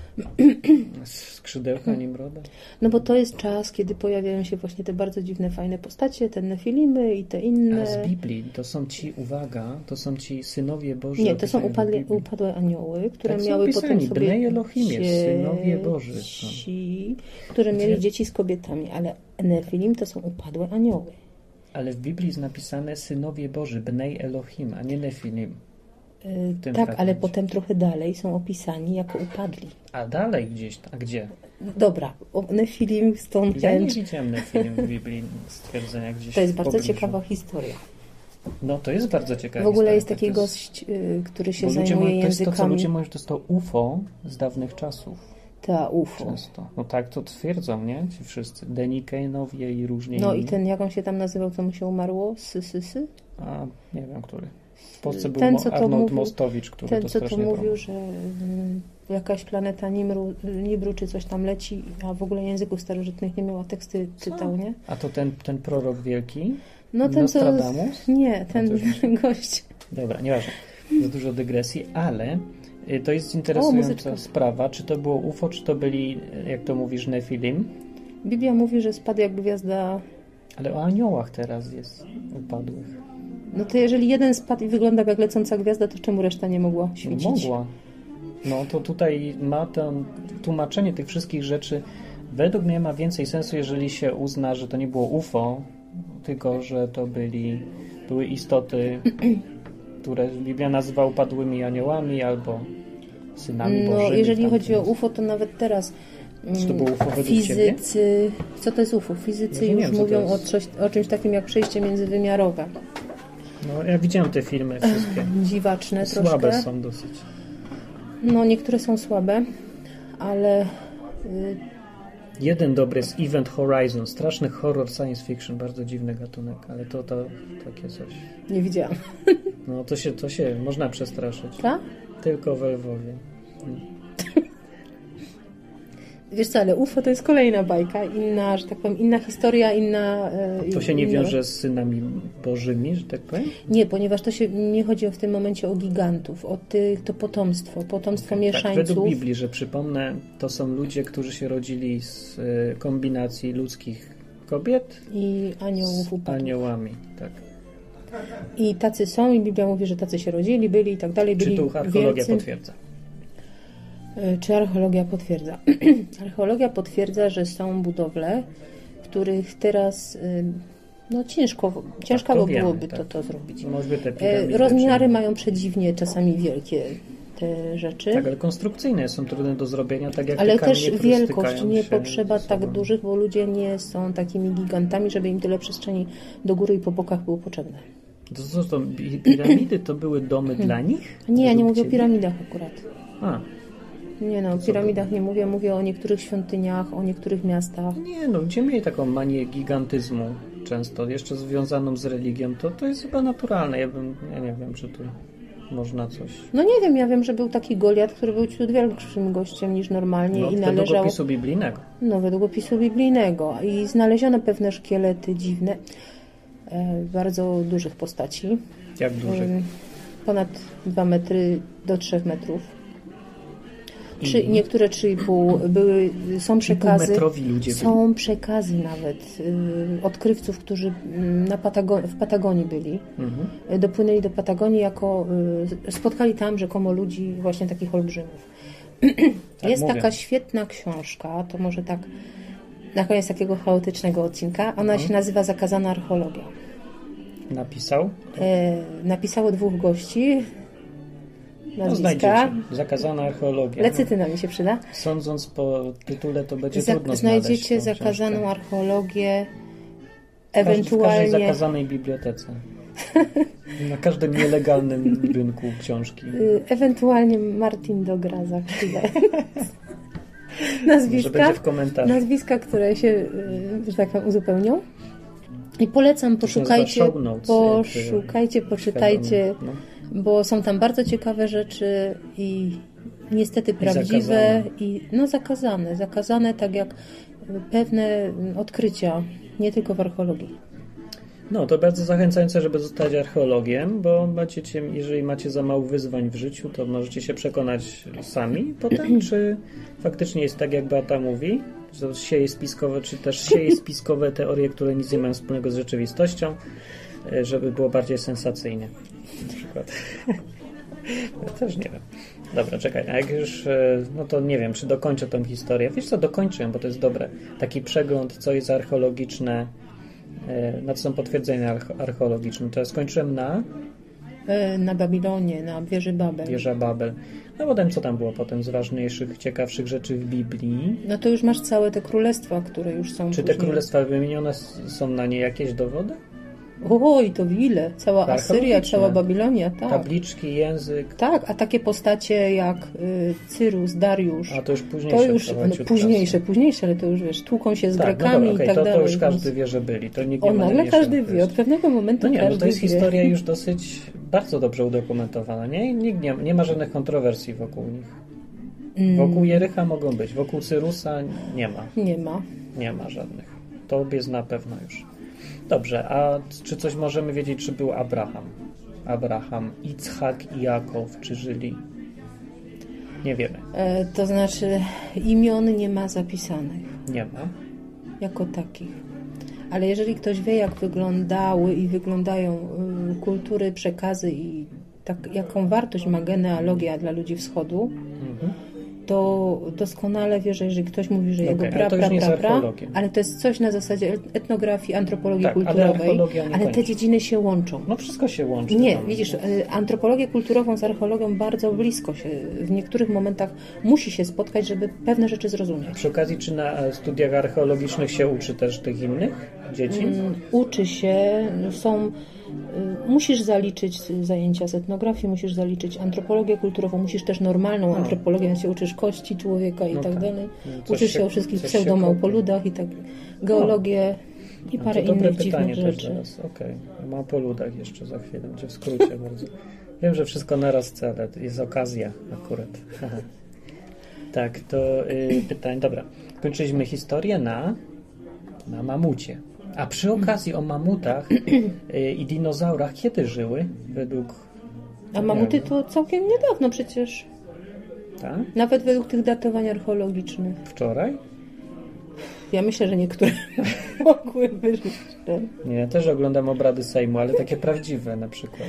Skrzydełka Nimroda? No bo to jest czas, kiedy pojawiają się właśnie te bardzo dziwne, fajne postacie, te Nefilimy i te inne. A z Biblii to są ci, uwaga, to są ci synowie Boży. Nie, to są opisani w upadle, Biblii. upadłe anioły, które Tak są miały opisani. potem sobie Bnei Elohim jest, synowie Boży są. dzieci, które mieli Gdzie? dzieci z kobietami, ale Nefilim to są upadłe anioły. Ale w Biblii jest napisane synowie Boży, Bnei Elohim, a nie Nefilim. Yy, tym tak, fragmencie. ale potem trochę dalej są opisani jako upadli. A dalej gdzieś, a gdzie? Dobra, o Nefilim, Ja nie Stonehenge, widziałem Nefilim w Biblii stwierdzenia gdzieś to jest w bardzo pobliżu. ciekawa historia. No to jest bardzo ciekawe. W ogóle jest taki gość, yy, który się Bo ludzie zajmuje mówią, to jest to, co językami. ludzie mówią, że to jest to U F O z dawnych czasów. Ta U F O. Często. No tak to twierdzą, nie? Ci wszyscy. Denikeinowie i różni No i inni. ten, jak on się tam nazywał, co mu się umarło? Sysysy? A nie wiem, który. W Polsce był Ten, Mo- co to Arnold mówił- Mostowicz, który Ten, to co to strasznie mówił, promował. że mm, jakaś planeta Nimru, Nibru czy coś tam leci, a w ogóle języków starożytnych nie miała, teksty czytał, nie? A to ten, ten prorok wielki? No ten, co... Nostradamus? Nie, ten No to gość. Dobra, nieważne. Za dużo dygresji, ale y, to jest O, interesująca muzyczka. sprawa, czy to było U F O, czy to byli, jak to mówisz, Nefilim. Biblia mówi, że spadł jak gwiazda. Ale o aniołach teraz jest upadłych. No to jeżeli jeden spadł i wygląda jak lecąca gwiazda, to czemu reszta nie mogła No, świecić? mogła. No to tutaj ma to tłumaczenie tych wszystkich rzeczy według mnie ma więcej sensu, jeżeli się uzna, że to nie było U F O, tylko że to byli, były istoty, które Biblia nazywa upadłymi aniołami albo synami No bożymi. jeżeli tam chodzi o jest. U F O, to nawet teraz mm, Czy to było U F O według fizycy... Co to jest U F O? Fizycy Ja nie już wiem, co to mówią o, jest. coś, o czymś takim jak przejście międzywymiarowe. No ja widziałem te filmy wszystkie. Dziwaczne Słabe troszkę. są dosyć. No niektóre są słabe, ale y, Jeden dobry jest Event Horizon, straszny horror science fiction, bardzo dziwny gatunek, ale to, to takie coś. nie widziałam. No to się, to się można przestraszyć. Tak? Tylko we Lwowie. Wiesz co, ale U F O to jest kolejna bajka, inna, że tak powiem, inna historia, inna... y, To się nie inna- wiąże z synami bożymi, że tak powiem? Nie, ponieważ to się nie chodzi w tym momencie o gigantów, o tych, to potomstwo, potomstwo Tak, mieszańców. według Biblii, że przypomnę, to są ludzie, którzy się rodzili z y, kombinacji ludzkich kobiet I aniołów z upadłych. aniołami. Tak. I tacy są, i Biblia mówi, że tacy się rodzili, byli i tak dalej. Czy Byli tu archeologia wielcy. potwierdza? Y, Czy archeologia potwierdza? Archeologia potwierdza, że są budowle, których teraz y, no ciężko, ciężko Tak, to byłoby wiemy, to, tak. to zrobić. Może te E, piramidy, rozmiary czy- mają przedziwnie czasami wielkie te rzeczy. Tak, ale konstrukcyjne są trudne do zrobienia, tak jak Ale te kamienie, też które wielkość, stykają nie się potrzeba ze tak sobą. dużych, bo ludzie nie są takimi gigantami, żeby im tyle przestrzeni do góry i po bokach było potrzebne. To co, to pi- piramidy to były domy dla nich? Nie, ja nie Według mówię o ciebie? piramidach akurat. A, Nie no, o co piramidach nie mówię, mówię o niektórych świątyniach, o niektórych miastach. nie no, gdzie mieli taką manię gigantyzmu często, jeszcze związaną z religią, to, to jest chyba naturalne. Ja bym, ja nie wiem, czy tu można coś... No nie wiem, ja wiem, że był taki Goliat, który był ciut większym gościem niż normalnie No, i według należał... opisu biblijnego. No, według opisu biblijnego. I znaleziono pewne szkielety dziwne, e, bardzo dużych postaci. Jak duży. E, ponad dwa metry do trzech metrów. Trzy, Mhm. Niektóre trzy i pół były, są przekazy, Półmetrowi ludzie byli. są przekazy nawet y, odkrywców, którzy y, na Patago- w Patagonii byli. Mhm. Y, dopłynęli do Patagonii jako, y, spotkali tam rzekomo ludzi właśnie takich olbrzymów. Tak Jest mówię. taka świetna książka, to może tak na koniec takiego chaotycznego odcinka. Ona Mhm. się nazywa Zakazana archeologia. Napisał? E, napisało dwóch gości, No nazwiska. znajdziecie. Zakazana archeologia. Lecytyna mi się przyda. Sądząc po tytule, to będzie Za- trudno znajdziecie znaleźć tą zakazaną książkę. archeologię, W każdej- W każdej ewentualnie zakazanej bibliotece. Na każdym nielegalnym rynku książki. y, ewentualnie Martin Dograza. chwilę. Może nazwiska, będzie w komentarzu. nazwiska, które się, y, że tak powiem, uzupełnią. I polecam, To się poszukajcie, nazywa show notes, poszukajcie, jakby poczytajcie, no. bo są tam bardzo ciekawe rzeczy i niestety prawdziwe zakazane. i no zakazane, zakazane tak jak pewne odkrycia, nie tylko w archeologii. No, to bardzo zachęcające, żeby zostać archeologiem, bo macie, jeżeli macie za mało wyzwań w życiu, to możecie się przekonać sami potem, czy faktycznie jest tak, jak Beata mówi, że to sieje spiskowe, czy też sieje spiskowe teorie, które nic nie mają wspólnego z rzeczywistością, żeby było bardziej sensacyjnie. Na przykład. Ja też nie wiem. Dobra, czekaj, a jak już, no to nie wiem, czy dokończę tą historię. Wiesz co, dokończę ją, bo to jest dobre. Taki przegląd, co jest archeologiczne, na co są potwierdzenia archeologiczne. To ja skończyłem na Na Babilonie, na wieży Babel. wieża Babel. No potem co tam było potem z ważniejszych, ciekawszych rzeczy w Biblii? No to już masz całe te królestwa, które już są Czy te później. królestwa wymienione s- są na nie jakieś dowody? Oj, to ile? Cała Asyria, Archeologiczne. cała Babilonia, tak. Tabliczki, język, Tak, a takie postacie jak y, Cyrus, Dariusz, a to już późniejsze. to już, chyba no, ciut późniejsze, czasu. późniejsze, ale to już wiesz, tłuką się z Tak, no Grekami dobra, i okej, tak to, dalej. to już każdy więc- wie, że byli. To nikt nie O, ma nagle najmniejszych każdy wie, wiesz. od pewnego momentu No nie, no każdy to jest wie. historia już dosyć bardzo dobrze udokumentowana, nie? Nikt nie, nie ma żadnych kontrowersji wokół nich. Mm, Wokół Jericha mogą być, wokół Cyrusa nie ma. nie ma. Nie ma żadnych. To jest na pewno już. Dobrze, a czy coś możemy wiedzieć, czy był Abraham? Abraham, Ichak i Jakow, czy żyli? Nie wiemy. E, to znaczy imion nie ma zapisanych Nie ma. jako takich. Ale jeżeli ktoś wie, jak wyglądały i wyglądają y, kultury, przekazy i tak, jaką wartość ma genealogia dla ludzi wschodu, Mhm. to doskonale wie, że jeżeli ktoś mówi, że Okej, jego ale pra, to już pra, nie jest pra, pra, archeologiem. ale to jest coś na zasadzie etnografii, antropologii Tak, ale kulturowej, archeologia ale te niekoniecznie. dziedziny się łączą. No wszystko się łączy. Nie, tam. widzisz, y, antropologię kulturową z archeologią bardzo blisko się, w niektórych momentach musi się spotkać, żeby pewne rzeczy zrozumieć. Przy okazji, czy na e, studiach archeologicznych się uczy też tych innych dzieci? Mm, Uczy się, są, y, musisz zaliczyć zajęcia z etnografii, musisz zaliczyć antropologię kulturową, musisz też normalną A. antropologię, więc się uczysz kości człowieka i No tak tak. dalej. No, coś Uczysz się się- o wszystkich coś się pseudomałpoludach i tak, geologię i No parę to dobre innych pytanie dziwnych też rzeczy. zaraz. Okej. Okay. O poludach jeszcze za chwilę, będzie w skrócie bardzo. Wiem, że wszystko naraz cele. Jest okazja akurat. Tak, to y, pytań. Dobra. Kończyliśmy historię na, na mamucie. A przy okazji o mamutach y, i dinozaurach kiedy żyły? Według... A mamuty to całkiem niedawno przecież, Tak? nawet według tych datowań archeologicznych. Wczoraj? Ja myślę, że niektóre mogłyby żyć. Nie, ja też oglądam obrady Sejmu, ale takie prawdziwe na przykład.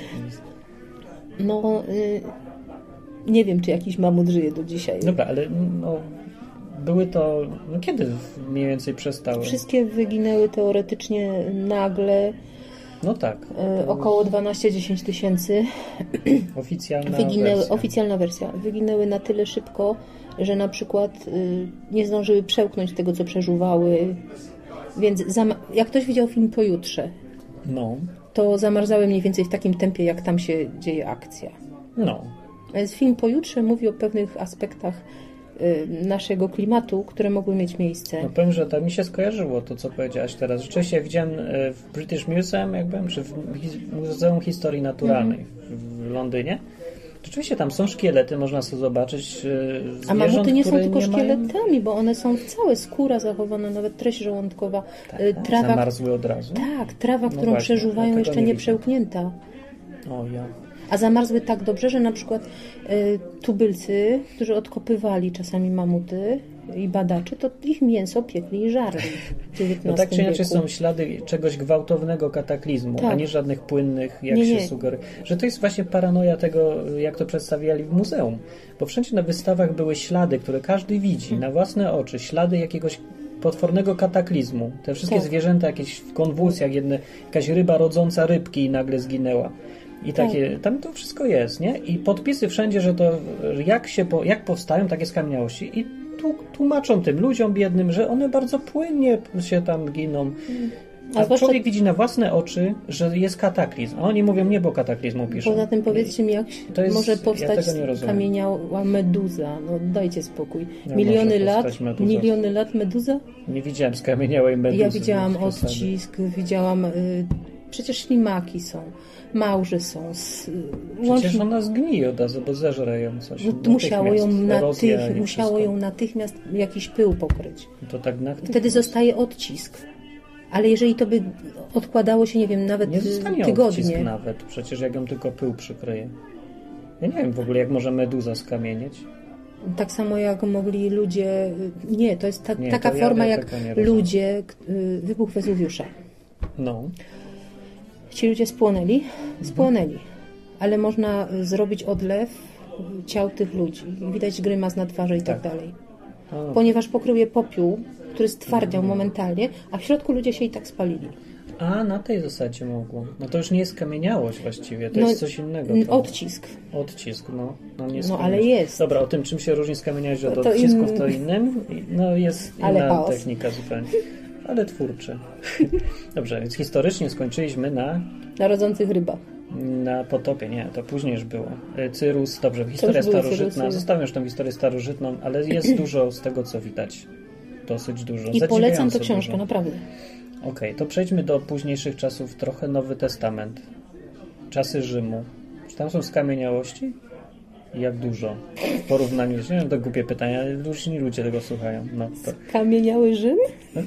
No, y, nie wiem, czy jakiś mamut żyje do dzisiaj. Dobra, ale no, były to... No kiedy mniej więcej przestały? Wszystkie wyginęły teoretycznie nagle. No tak. E, około dwanaście do dziesięciu tysięcy. Oficjalna wyginęły, wersja. Oficjalna wersja. Wyginęły na tyle szybko, że na przykład y, nie zdążyły przełknąć tego, co przeżuwały. Więc zam- jak ktoś widział film Pojutrze, No. to zamarzały mniej więcej w takim tempie, jak tam się dzieje akcja. No. Więc film Pojutrze mówi o pewnych aspektach y, naszego klimatu, które mogły mieć miejsce. No powiem, że to mi się skojarzyło to, co powiedziałaś teraz. Rzeczywiście widziałem w British Museum, jak byłem, czy w Muzeum Historii Naturalnej mm-hmm. w Londynie. Rzeczywiście tam są szkielety, można sobie zobaczyć zwierząt, a mamuty nie są tylko nie szkieletami, mają... bo one są całe, skóra zachowana, nawet treść żołądkowa. Tak, trawa, zamarzły od razu. Tak, trawa, No którą właśnie, przeżuwają, jeszcze nie, nie przełknięta. O ja. A zamarzły tak dobrze, że na przykład y, tubylcy, którzy odkopywali czasami mamuty i badacze, to ich mięso piekli i żarli w dziewiętnastym No tak czy inaczej wieku. są ślady czegoś gwałtownego kataklizmu, tak. a nie żadnych płynnych, jak nie, się nie. sugeruje. Że to jest właśnie paranoja tego, jak to przedstawiali w muzeum. Bo wszędzie na wystawach były ślady, które każdy widzi hmm. na własne oczy. Ślady jakiegoś potwornego kataklizmu. Te wszystkie tak. zwierzęta jakieś w konwulsjach, jedne, jakaś ryba rodząca rybki i nagle zginęła. I takie, tak. tam to wszystko jest, nie? I podpisy wszędzie, że to jak się, po, jak powstają takie skamieniałości i tu, tłumaczą tym ludziom biednym, że one bardzo płynnie się tam giną. A, a człowiek widzi na własne oczy, że jest kataklizm. A oni mówią, nie, bo kataklizmu piszą. Poza tym powiedzcie mi, jak jest, może powstać ja kamieniała meduza. No dajcie spokój. No, miliony lat, meduza. miliony lat meduza? Nie widziałem skamieniałej meduzy. Ja widziałam odcisk, widziałam... Y, przecież ślimaki są. Małże są. Z, Przecież łącznie... ona zgnije od razu, bo zeżre ją coś. No, musiało ją, Erozja natych, musiało ją natychmiast jakiś pył pokryć. To tak natychmiast. Wtedy zostaje odcisk. Ale jeżeli to by odkładało się, nie wiem, nawet nie zostanie tygodnie. Odcisk nawet. Przecież jak ją tylko pył przykryje. Ja nie wiem w ogóle, jak może meduza skamienieć. Tak samo jak mogli ludzie... Nie, to jest ta, nie, taka to forma, ja jak ludzie... Wybuch Wezuwiusza. No. Ci ludzie spłonęli? Spłonęli. Mhm. Ale można zrobić odlew ciał tych ludzi. Widać grymas na twarzy i tak, tak dalej. O. Ponieważ pokrył je popiół, który stwardział mhm. momentalnie, a w środku ludzie się i tak spalili. A, na tej zasadzie mogło. No to już nie jest skamieniałość właściwie, to no, jest coś innego. To... Odcisk. Odcisk, no. No, nie no ale jest. Dobra, o tym, czym się różni skamieniałość od to odcisków, in... to innym. No jest ale inna chaos. technika zupełnie. Ale twórcze. Dobrze, więc historycznie skończyliśmy na... Na rodzących rybach. Na potopie, nie, to później już było. Cyrus, dobrze, historia starożytna. Zostawiam już tą historię starożytną, ale jest dużo z tego, co widać. Dosyć dużo. I polecam tę książkę, dużo. Naprawdę. Okej, okay, to przejdźmy do późniejszych czasów, trochę Nowy Testament. Czasy Rzymu. Czy tam są skamieniałości? I jak dużo? W porównaniu, nie wiem, to głupie pytania, różni ludzie tego słuchają. No, to... Skamieniały Rzym?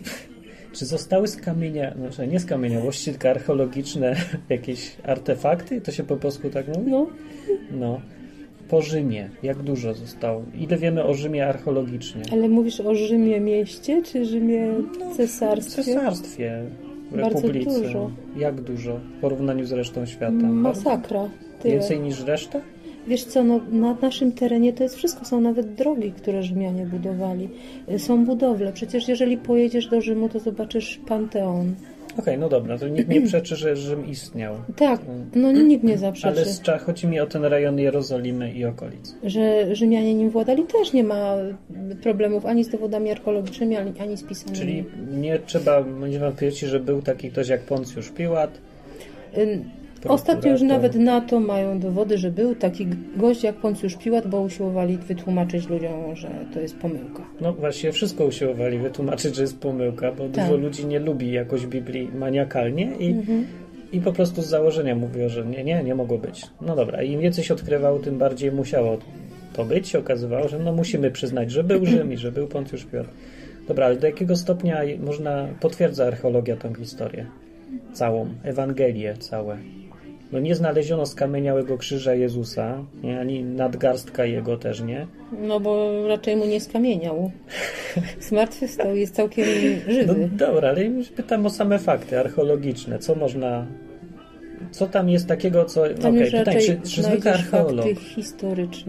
Czy zostały skamienia... Znaczy nie skamieniałości, tylko archeologiczne jakieś artefakty? To się po polsku tak mówi? No. No. Po Rzymie. Jak dużo zostało? Ile wiemy o Rzymie archeologicznie? Ale mówisz o Rzymie mieście, czy Rzymie no, cesarstwie? Cesarstwie. Bardzo Republice. dużo. Jak dużo? W porównaniu z resztą świata? Masakra. Tyle. Więcej niż reszta? Wiesz co, no, na naszym terenie to jest wszystko. Są nawet drogi, które Rzymianie budowali. Są budowle. Przecież jeżeli pojedziesz do Rzymu, to zobaczysz Panteon. Okej, okay, no dobra, to nikt nie przeczy, że Rzym istniał. Tak, no nikt nie zaprzeczy. Ale chodzi mi o ten rejon Jerozolimy i okolic. Że Rzymianie nim władali, też nie ma problemów ani z dowodami archeologicznymi, ani z pisanymi. Czyli nie trzeba, nie wątpliwości, że był taki ktoś jak Poncjusz Piłat? Y- Ostatnio już nawet na to mają dowody, że był taki gość jak Poncjusz Piłat, bo usiłowali wytłumaczyć ludziom, że to jest pomyłka. No właśnie, wszystko usiłowali wytłumaczyć, że jest pomyłka, bo tak. Dużo ludzi nie lubi jakoś Biblii maniakalnie i, mhm. i po prostu z założenia mówiło, że nie, nie, nie mogło być. No dobra, im więcej się odkrywało, tym bardziej musiało to być. Się okazywało, że no musimy przyznać, że był Rzym i że był Poncjusz Piłat. Dobra, ale do jakiego stopnia można, potwierdza archeologia tę historię? Całą, Ewangelię całe. No nie znaleziono skamieniałego krzyża Jezusa, nie, ani nadgarstka jego też nie. No bo raczej mu nie skamieniał. Zmartwychwstał, jest całkiem żywy. No dobra, ale już pytam o same fakty archeologiczne. Co można... Co tam jest takiego, co... Tam okay, już pytanie, raczej czy, czy zwykły archeolog... fakty historyczne.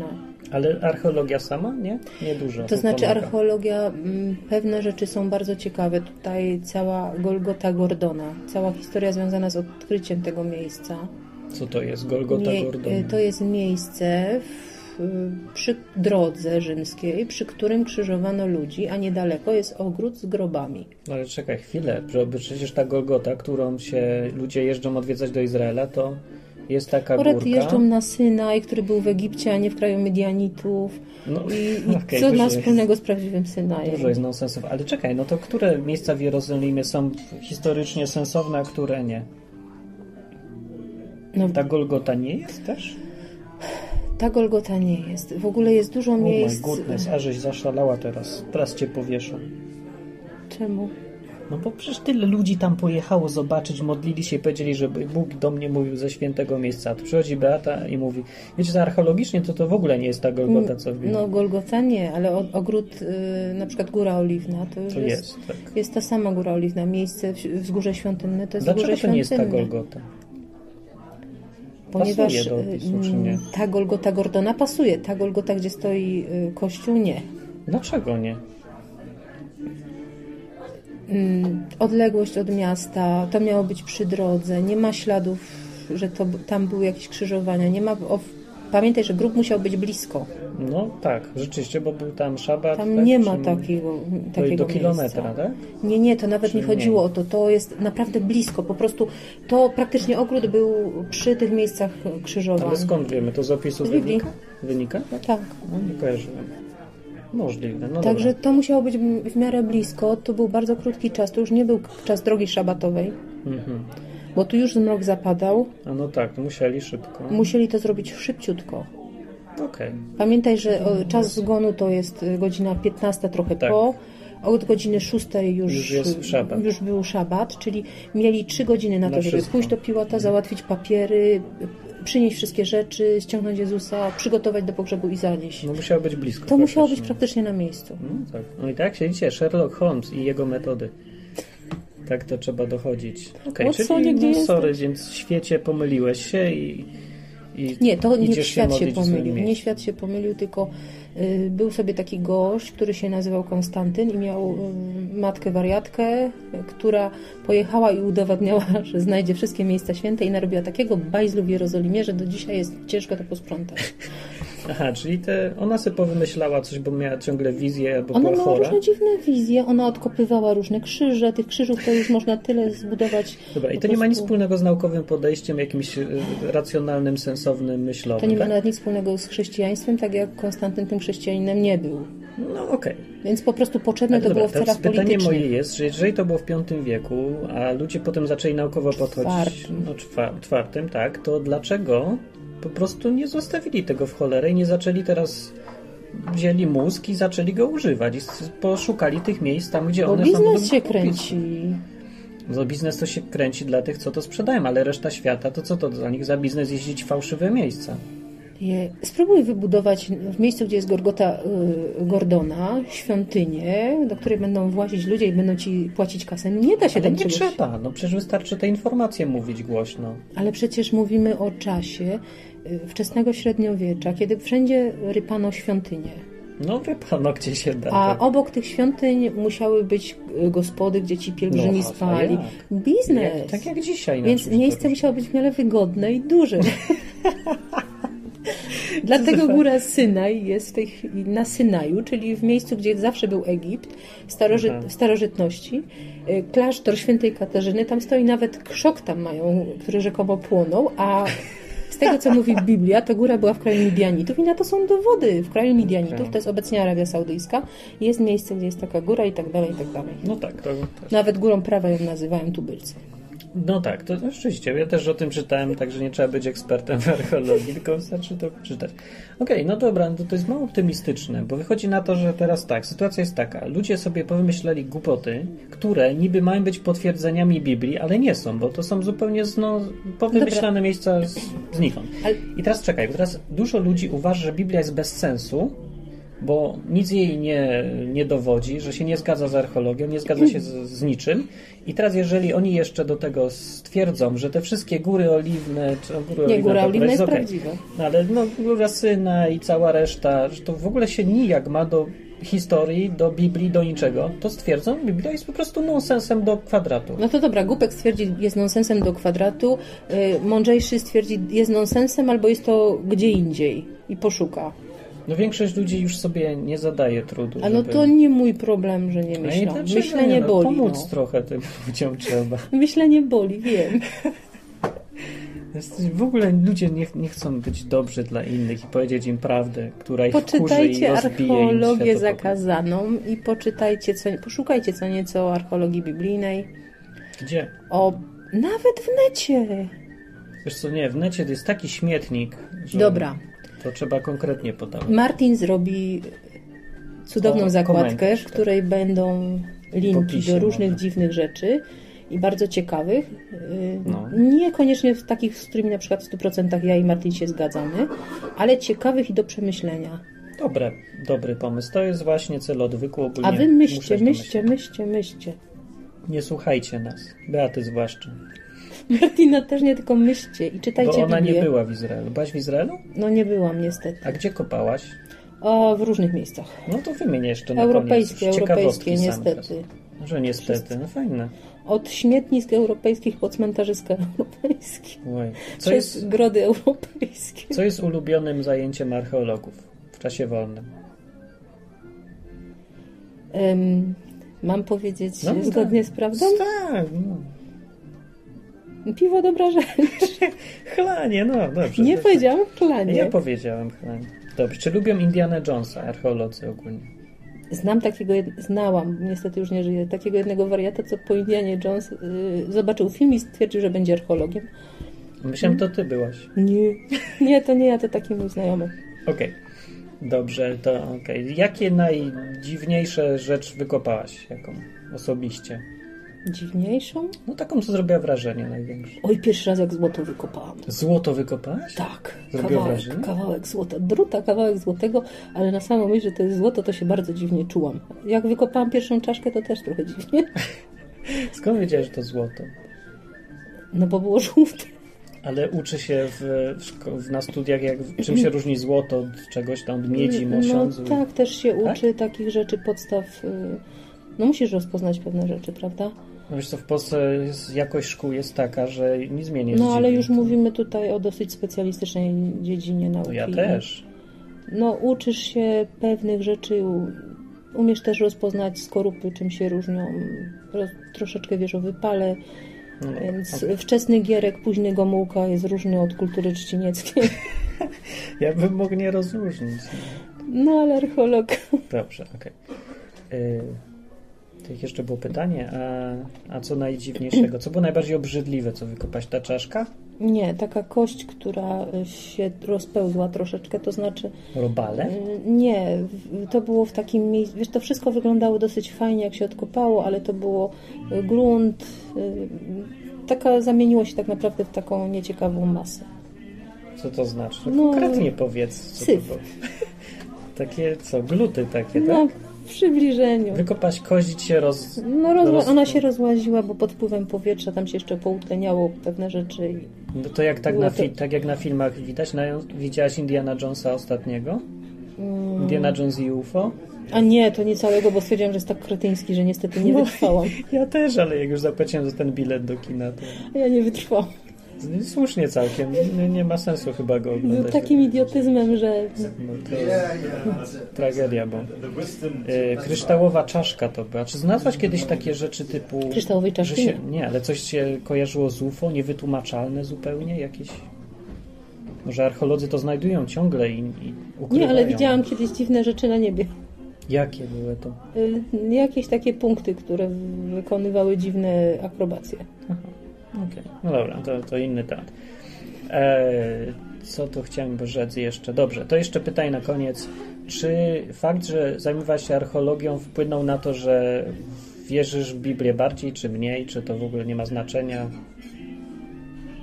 Ale archeologia sama? Nie? Nie dużo. To znaczy pomaga. archeologia, m, pewne rzeczy są bardzo ciekawe. Tutaj cała Golgota Gordona, cała historia związana z odkryciem tego miejsca. Co to jest Golgota Nie, Gordona? to jest miejsce w, przy drodze rzymskiej, przy którym krzyżowano ludzi, a niedaleko jest ogród z grobami. No ale czekaj chwilę, bo przecież ta Golgota, którą się ludzie jeżdżą odwiedzać do Izraela, to jest taka Akurat górka. jeżdżą na Synaj, który był w Egipcie, a nie w kraju Midianitów. No, I, i okay, co dużo ma jest, wspólnego z prawdziwym Synajem? Dużo jest nonsensów. Ale czekaj, no to które miejsca w Jerozolimie są historycznie sensowne, a które nie? No, Ta Golgota nie jest też? ta Golgota nie jest. W ogóle jest dużo Oh miejsc... my goodness, a żeś zaszalała teraz. Teraz cię powieszą. Czemu? No bo przecież tyle ludzi tam pojechało zobaczyć, modlili się i powiedzieli, że Bóg do mnie mówił ze świętego miejsca. A tu przychodzi Beata i mówi, wiecie, że archeologicznie to to w ogóle nie jest ta Golgota, co w Biblii. No Golgota nie, ale o- ogród, y, na przykład Góra Oliwna, to już To jest, jest, tak. jest ta sama Góra Oliwna. Miejsce, w- wzgórze świątynne to jest Dlaczego wzgórze to nie jest ta świątynne. Golgota? Ponieważ Pasuje do opisu, y, czy nie? ta Golgota Gordona pasuje. Ta Golgota, gdzie stoi y, kościół, nie. Dlaczego nie? Mm, Odległość od miasta, to miało być przy drodze, nie ma śladów, że to, tam były jakieś krzyżowania, nie ma... O, pamiętaj, że grób musiał być blisko. No tak, rzeczywiście, bo był tam szabat. Tam tak, nie ma czy- takiego, To i takiego do kilometra, miejsca. tak? Nie, nie, to nawet Czy nie chodziło nie? o to. To jest naprawdę blisko. Po prostu to praktycznie ogród był przy tych miejscach krzyżowań. Ale skąd wiemy? To z opisu Z Biblii. wynika? Wynika? No tak. No nie kojarzyłem. Możliwe, no Także dobra. to musiało być w miarę blisko. To był bardzo krótki czas. To już nie był czas drogi szabatowej, Mhm. bo tu już zmrok zapadał. A no tak, to musieli szybko. Musieli to zrobić szybciutko. Okej. Pamiętaj, że o, czas zgonu to jest y, godzina piętnasta, trochę Tak. po. Od godziny szóstej już, Już jest szabat. już był szabat, czyli mieli trzy godziny na, Na to, żeby wszystko. pójść do Piłata, załatwić papiery, przynieść wszystkie rzeczy, ściągnąć Jezusa, przygotować do pogrzebu i zanieść. No musiało być blisko. To musiało być praktycznie. praktycznie na miejscu. No tak. No i tak siedzicie, Sherlock Holmes i jego metody. Tak to trzeba dochodzić. Okej, Watsonie, czyli gdzie no jesteś? sorry, więc w świecie pomyliłeś się i, i Nie, to nie idziesz świat się modlić w swoim pomylił. Nie miejscu. świat się pomylił, tylko y, był sobie taki gość, który się nazywał Konstantyn i miał y, matkę wariatkę, y, która pojechała i udowadniała, że znajdzie wszystkie miejsca święte i narobiła takiego bajzlu w Jerozolimie, że do dzisiaj jest ciężko to posprzątać. Aha, czyli te, ona sobie powymyślała coś, bo miała ciągle wizję, bo Ona była miała chora. różne dziwne wizje, ona odkopywała różne krzyże, tych krzyżów to już można tyle zbudować. Dobra, i po to nie ma nic prostu- wspólnego z naukowym podejściem, jakimś y, racjonalnym, sensownym, myślowym, To nie ma tak? nawet nic wspólnego z chrześcijaństwem, tak jak Konstantyn tym chrześcijaninem nie był. No okej. Więc po prostu potrzebne Ale to dobra, było w celach teraz pytanie politycznych. moje jest, że jeżeli to było w piątym wieku, a ludzie potem zaczęli naukowo podchodzić... Czwartym. No czwa- czwartym, tak, to dlaczego po prostu nie zostawili tego w cholerę i nie zaczęli teraz... Wzięli mózg i zaczęli go używać i s- poszukali tych miejsc tam, gdzie Bo one są biznes według się opisu. kręci. No biznes to się kręci dla tych, co to sprzedają, ale reszta świata, to co to dla nich za biznes jeździć w fałszywe miejsca? Je, spróbuj wybudować w miejscu, gdzie jest Gorgota y, Gordona, świątynię, do której będą włazić ludzie i będą ci płacić kasę. Nie da się Ale tam nie czegoś... trzeba, no przecież wystarczy te informacje mówić głośno. Ale przecież mówimy o czasie y, wczesnego średniowiecza, kiedy wszędzie rypano świątynie. No wie pan, no gdzie się da. A tak. obok tych świątyń musiały być y, gospody, gdzie ci pielgrzymi No, a spali. jak? Biznes. Jak, tak jak dzisiaj. Więc znaczy, miejsce to- musiało być w miarę wygodne i duże. Dlatego góra Synaj jest w tej chwili na Synaju, czyli w miejscu, gdzie zawsze był Egipt, starożyt, Aha. w starożytności. Y, Klasztor świętej Katarzyny, tam stoi nawet krzok tam mają, który rzekomo płonął, a z tego, co mówi Biblia, to góra była w kraju Midianitów i na to są dowody. W kraju Midianitów, Okay. to jest obecnie Arabia Saudyjska, jest miejsce, gdzie jest taka góra i tak dalej, i tak dalej. No tak, to, to... Nawet górą prawa ją nazywają tubylcy. No tak, to rzeczywiście. Ja też o tym czytałem, także nie trzeba być ekspertem w archeologii, tylko wystarczy to czytać. Okej, no dobra, no to jest mało optymistyczne, bo wychodzi na to, że teraz tak, sytuacja jest taka. Ludzie sobie powymyślali głupoty, które niby mają być potwierdzeniami Biblii, ale nie są, bo to są zupełnie z, no, powymyślane miejsca z, znikąd. Ale- I teraz czekaj, bo teraz dużo ludzi uważa, że Biblia jest bez sensu, bo nic jej nie, nie dowodzi, że się nie zgadza z archeologią, nie zgadza się z, z niczym. I teraz jeżeli oni jeszcze do tego stwierdzą, że te wszystkie góry oliwne, czy no, góry Nie, oliwne, góra oliwna jest okay. prawdziwa. No, ale no, góra Syna i cała reszta, że to w ogóle się nijak ma do historii, do Biblii, do niczego, to stwierdzą, Biblia jest po prostu nonsensem do kwadratu. No to dobra, głupek stwierdzi, jest nonsensem do kwadratu, yy, mądrzejszy stwierdzi, jest nonsensem, albo jest to gdzie indziej i poszuka. No większość ludzi już sobie nie zadaje trudu. A no żeby... to nie mój problem, że nie No myślą. i Myślenie nie, no, boli. Pomóc No. trochę tym ludziom trzeba. Myślenie boli, wiem. W ogóle ludzie nie, nie chcą być dobrzy dla innych i powiedzieć im prawdę, która ich wkurzy i Poczytajcie rozbije archeologię im zakazaną i poczytajcie, co, poszukajcie co nieco o archeologii biblijnej. Gdzie? O, nawet w necie. Wiesz co, nie, w necie to jest taki śmietnik, że Dobra. to trzeba konkretnie podawać. Martin zrobi cudowną O, zakładkę, komentarz, w której będą linki popisie do różnych może. dziwnych rzeczy i bardzo ciekawych. No. Niekoniecznie w takich, z którymi na przykład w stu procentach ja i Martin się zgadzamy, ale ciekawych i do przemyślenia. Dobre, dobry pomysł. To jest właśnie cel odwyku ogólnie. A wy myślcie, muszę myślcie, domyśleć. myślcie, myślcie. Nie słuchajcie nas. Beaty zwłaszcza. Martina też nie, tylko myślcie i czytajcie Bo ona Biblię. nie była w Izraelu. Byłaś w Izraelu? No nie byłam niestety. A gdzie kopałaś? O, w różnych miejscach. No to wymień jeszcze na Europejskie, koniec. europejskie Ciekawostki niestety. same. Że niestety, no fajne. Od śmietnisk europejskich po cmentarzyska europejskie. Oj. Co Przez jest, grody europejskie. co jest ulubionym zajęciem archeologów w czasie wolnym? Um, mam powiedzieć No, zgodnie tak. z prawdą? Tak, no. Piwo dobra rzecz. Chlanie, no dobrze. Nie dobrze. powiedziałam chlanie. Ja powiedziałem chlanie. Dobrze, czy lubią Indiana Jonesa, archeolodzy ogólnie? Znam takiego, jed... znałam, niestety już nie żyje, takiego jednego wariata, co po Indianie Jones y, zobaczył film i stwierdził, że będzie archeologiem. Myślałem, to ty byłaś. Nie, nie, to nie ja, to taki mój znajomy. Okej. Dobrze, to okej. Jakie najdziwniejsze rzecz wykopałaś? Jaką? Osobiście? Dziwniejszą? No taką, co zrobiła wrażenie największe. Oj, pierwszy raz jak złoto wykopałam. Złoto wykopałaś? Tak, Zrobiło kawałek, wrażenie? kawałek złota, druta, kawałek złotego, ale na samą myśl, że to jest złoto, to się bardzo dziwnie czułam. Jak wykopałam pierwszą czaszkę, to też trochę dziwnie. Skąd wiedziałeś, że to złoto? No bo było żółte. Ale uczy się w, w, szko- w, na studiach, jak, czym się różni złoto od czegoś tam, od miedzi, mosiądzu. No tak, też się Tak? uczy takich rzeczy, podstaw. y, No musisz rozpoznać pewne rzeczy, prawda? No wiesz co, w Polsce jest, jakość szkół jest taka, że nie zmieni. No ale już mówimy tutaj o dosyć specjalistycznej dziedzinie nauki. To ja też. No uczysz się pewnych rzeczy, u- umiesz też rozpoznać skorupy, czym się różnią. Roz, troszeczkę wiesz o wypale, No, no, więc okej. wczesny gierek, późny gomułka jest różny od kultury trzcinieckiej. Ja bym mógł nie rozróżnić. No ale archeolog. Dobrze, okej. Okay. To jeszcze było pytanie, a, a co najdziwniejszego? Co było najbardziej obrzydliwe, co wykopać? Ta czaszka? Nie, taka kość, która się rozpełzła troszeczkę, to znaczy... Robale? y, Nie, w- to było w takim miejscu... Wiesz, to wszystko wyglądało dosyć fajnie, jak się odkopało, ale to było y, grunt... y, Taka, zamieniło się tak naprawdę w taką nieciekawą masę. Co to znaczy? No, Konkretnie powiedz, co syf. to było. Takie co? Gluty takie, No, tak? w przybliżeniu. Wykopać kość i ci się roz... No, rozła- roz- ona się rozłaziła, bo pod wpływem powietrza tam się jeszcze poutleniało pewne rzeczy. I... No to jak tak, Było na to- fi- tak jak na filmach widać, na, widziałaś Indiana Jonesa ostatniego? Mm. Indiana Jones i U F O? A nie, to nie całego, bo stwierdziłam, że jest tak kretyński, że niestety nie No. wytrwałam. Ja też, ale jak już zapłaciłem za ten bilet do kina, to A ja nie wytrwałam. słusznie całkiem. Nie, nie ma sensu chyba go Był oglądać. takim idiotyzmem, że... No to tragedia, bo e, kryształowa czaszka to była. Czy znalazłaś kiedyś takie rzeczy typu... Kryształowej że czaszki? się, nie, ale coś się kojarzyło z U F O, niewytłumaczalne zupełnie? Jakieś... Może archeolodzy to znajdują ciągle i, i ukrywają. Nie, ale widziałam kiedyś dziwne rzeczy na niebie. Jakie były to? Y, Jakieś takie punkty, które wykonywały dziwne akrobacje. Aha, okej. No dobra, to, to inny temat. E, co tu chciałem rzec jeszcze? Dobrze, to jeszcze pytanie na koniec. Czy fakt, że zajmowałaś się archeologią wpłynął na to, że wierzysz w Biblię bardziej czy mniej? Czy to w ogóle nie ma znaczenia?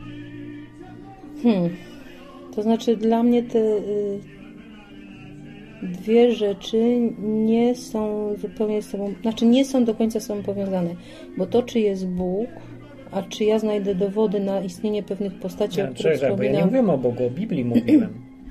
Hmm. To znaczy dla mnie te... y, dwie rzeczy nie są zupełnie z sobą, znaczy nie są do końca z sobą powiązane, bo to, czy jest Bóg, a czy ja znajdę dowody na istnienie pewnych postaci, Ja, o których czekaj, bo ja nie wspominam. mówiłem o Bogu, o Biblii mówiłem.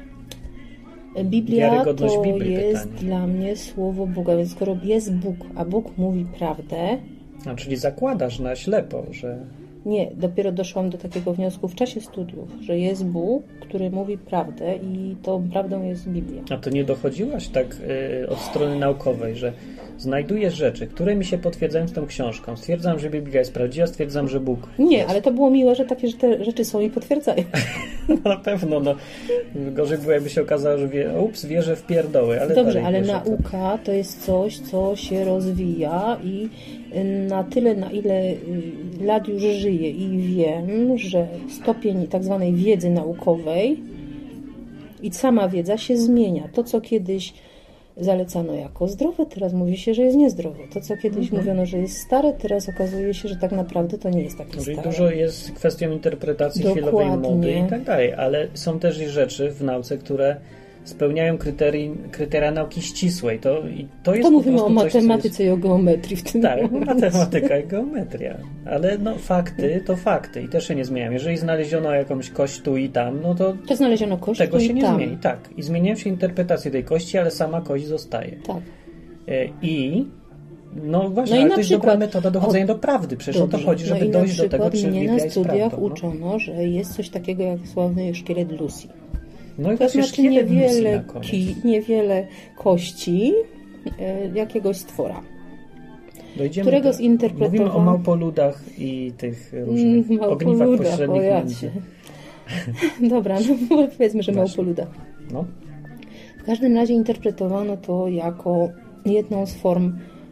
Biblia Wiarygodność to Biblii jest pytanie. dla mnie słowo Boga, więc skoro jest Bóg, a Bóg mówi prawdę, A, czyli zakładasz na ślepo, że... nie, dopiero doszłam do takiego wniosku w czasie studiów, że jest Bóg, który mówi prawdę i tą prawdą jest Biblia. A to nie dochodziłaś tak y, od strony naukowej, że znajdujesz rzeczy, które mi się potwierdzają z tą książką. Stwierdzam, że Biblia jest prawdziwa, stwierdzam, że Bóg Nie, jest. ale to było miłe, że takie że te rzeczy są i potwierdzają. Na pewno, no. Gorzej było, jakby się okazało, że wie, ups, wierzę w pierdoły. Ale Dobrze, dalej ale wierzę, nauka to jest coś, co się rozwija i na tyle, na ile lat już żyję i wiem, że stopień tak zwanej wiedzy naukowej i sama wiedza się zmienia. To, co kiedyś zalecano jako zdrowe, teraz mówi się, że jest niezdrowe. To, co kiedyś Mhm. mówiono, że jest stare, teraz okazuje się, że tak naprawdę to nie jest takie Czyli stare. dużo jest kwestią interpretacji chwilowej Dokładnie. mody i tak dalej, ale są też i rzeczy w nauce, które spełniają kryterii, kryteria nauki ścisłej. To, i to jest To po mówimy o prostu coś, co matematyce jest... i o geometrii w tym Tak, momencie. matematyka i geometria. Ale no fakty to fakty i też się nie zmieniają. Jeżeli znaleziono jakąś kość tu i tam, no to To znaleziono kość tego tu się i nie tam. zmieni. Tak. I zmieniają się interpretacje tej kości, ale sama kość zostaje. Tak. E, I no właśnie, No i ale na to jest przykład- dobra metoda dochodzenia o, do prawdy. Przecież o to Dobrze. chodzi, żeby no i dojść na do tego, przykład czy mnie Biblia na jest studiach prawdą. No. uczono, że jest coś takiego jak sławny szkielet Lucy. No i To właśnie znaczy szkielet Lucy niewiele, na koniec. ki, niewiele kości e, jakiegoś stwora. Dojdziemy którego do- zinterpretował- Mówimy o małpoludach i tych różnych Mm, ogniwach małpoluda, pośrednich. o między- jacie. Dobra, no powiedzmy, że Właśnie. małpoluda. No, W każdym razie interpretowano to jako jedną z form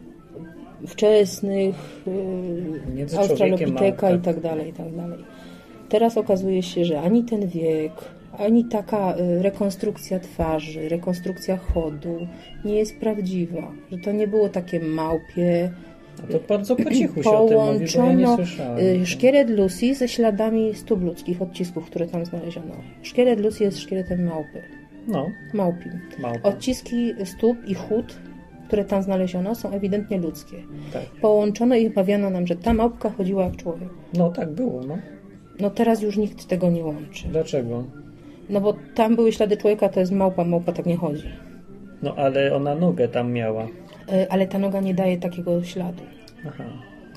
wczesnych Między yy, Australopiteka człowiekiem a- i tak dalej, i tak dalej. Teraz okazuje się, że ani ten wiek, ani taka y, rekonstrukcja twarzy, rekonstrukcja chodu nie jest prawdziwa. Że to nie było takie małpie. a to bardzo po cichu się o tym mówi, bo ja nie Połączono słyszałem. y, szkielet Lucy ze śladami stóp ludzkich, odcisków, które tam znaleziono. Szkielet Lucy jest szkieletem małpy. No, Małpi. małpa. Odciski stóp i chód, które tam znaleziono, są ewidentnie ludzkie. Tak. Połączono i mawiano nam, że ta małpka chodziła jak człowiek. No tak było, no. No teraz już nikt tego nie łączy. Dlaczego? No bo tam były ślady człowieka, to jest małpa, małpa tak nie chodzi. No ale ona nogę tam miała. Y, Ale ta noga nie daje takiego śladu. Aha.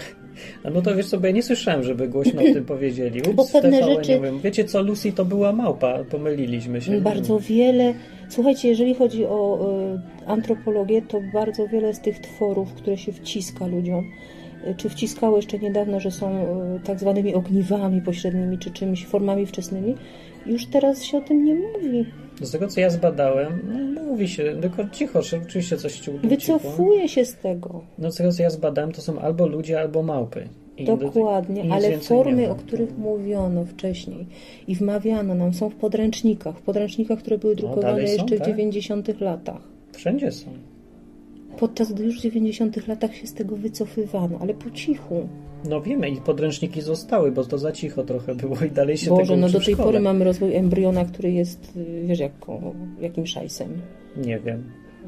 A no to wiesz sobie, ja nie słyszałem, żeby głośno o tym powiedzieli. Ups, Bo pewne T V N rzeczy- nie wiem. Wiecie co, Lucy to była małpa, pomyliliśmy się. Bardzo wiele... Słuchajcie, jeżeli chodzi o y, antropologię, to bardzo wiele z tych tworów, które się wciska ludziom, y, czy wciskało jeszcze niedawno, że są y, tak zwanymi ogniwami pośrednimi, czy czymś, formami wczesnymi, już teraz się o tym nie mówi. Z tego co ja zbadałem, no, mówi się, tylko cicho, że oczywiście coś ci uciekło. Wycofuje się z tego. No z tego co ja zbadałem, to są albo ludzie, albo małpy. I Dokładnie, i nic ale więcej nie formy, ma. o których mówiono wcześniej i wmawiano nam, są w podręcznikach, w podręcznikach, które były drukowane dalej są, jeszcze w tak? dziewięćdziesiątych latach. Wszędzie są. Podczas gdy już w dziewięćdziesiątych latach się z tego wycofywano, ale po cichu. No wiemy, i podręczniki zostały, bo to za cicho trochę było i dalej się Boże, tego no uczy do w tej szkole. pory mamy rozwój embriona, który jest, y, wiesz, jako, jakim szajsem. Nie wiem.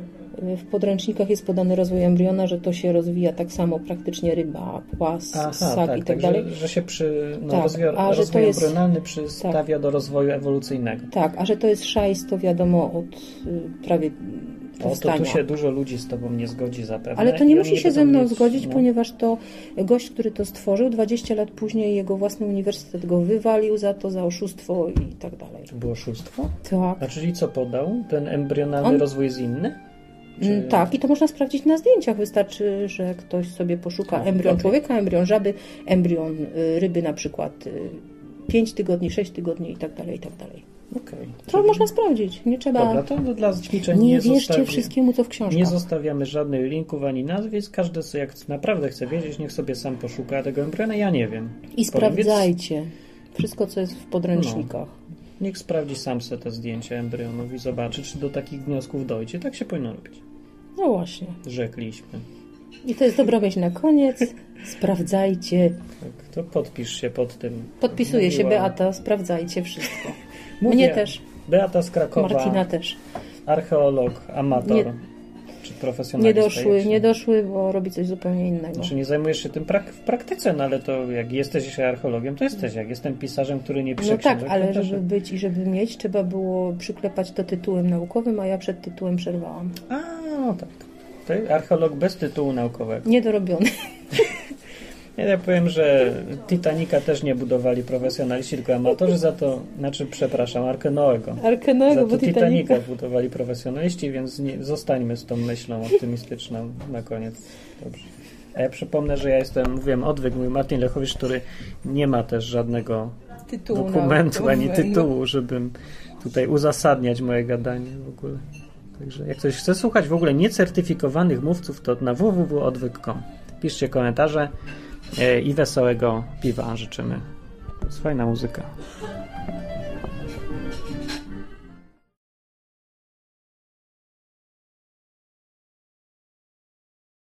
Y, W podręcznikach jest podany rozwój embriona, że to się rozwija tak samo praktycznie ryba, płas, Aha, ssak tak, i tak tak dalej. że, że się przy, no, Tak, rozwój, a że to rozwój jest- embrionalny przystawia do rozwoju ewolucyjnego. Tak, a że to jest szajs, to wiadomo od y, prawie O, to powstania. tu się dużo ludzi z tobą nie zgodzi zapewne. Ale to i nie oni musi się będą ze mną mieć, zgodzić, no, ponieważ to gość, który to stworzył, dwadzieścia lat później jego własny uniwersytet go wywalił za to, za oszustwo i tak dalej. To było oszustwo? Tak. A czyli co podał? Ten embrionalny On- rozwój jest inny? Czy... Mm, Tak, i to można sprawdzić na zdjęciach. Wystarczy, że ktoś sobie poszuka A, embrion okej. człowieka, embrion żaby, embrion y, ryby na przykład y, pięć tygodni, sześć tygodni i tak dalej, i tak dalej. Okej. To Czyli- można sprawdzić. Nie trzeba... Dobra, to no dla ćwiczeń nie nie, wierzcie zostawi... wszystkiemu, co w książkach. nie zostawiamy żadnych linków ani nazwisk. Każdy sobie, jak naprawdę chce wiedzieć, niech sobie sam poszuka tego embriona. Ja nie wiem. I Powiem, więc sprawdzajcie wszystko, co jest w podręcznikach. Niech sprawdzi sam sobie te zdjęcia embrionów i zobaczy, czy do takich wniosków dojdzie. Tak się powinno robić. No właśnie. Rzekliśmy. I to jest dobra myśl na koniec. Sprawdzajcie. Tak, to podpisz się pod tym. Podpisuje się Mówiła- Beata, sprawdzajcie wszystko. Mówię, Mnie też, Beata z Krakowa. Marcina też. archeolog, amator Nie. czy Nie profesjonalista? doszły, jak się- nie doszły, bo robi coś zupełnie innego. Znaczy nie zajmujesz się tym prak- w praktyce, no ale to jak jesteś archeologiem, to jesteś. Jak jestem pisarzem, który nie pisze No tak, książek, ale to też- żeby być i żeby mieć, trzeba było przyklepać to tytułem naukowym, a ja przed tytułem przerwałam. A, no tak. To archeolog bez tytułu naukowego. Niedorobiony. Ja tak powiem, że Titanica też nie budowali profesjonaliści, tylko amatorzy, za to, znaczy przepraszam, Arkę Noego. Arkę Za Noego, to bo Titanica. Titanica budowali profesjonaliści, więc nie, zostańmy z tą myślą optymistyczną na koniec. Dobrze. A ja przypomnę, że ja jestem, mówiłem, odwyk, mój Martin Lechowicz, który nie ma też żadnego Tytułu dokumentu ani naukowego. tytułu, żebym tutaj uzasadniać moje gadanie w ogóle. Także jak ktoś chce słuchać w ogóle niecertyfikowanych mówców, to na w w w kropka odwyk kropka com. Piszcie komentarze e, i wesołego piwa życzymy. To jest fajna muzyka.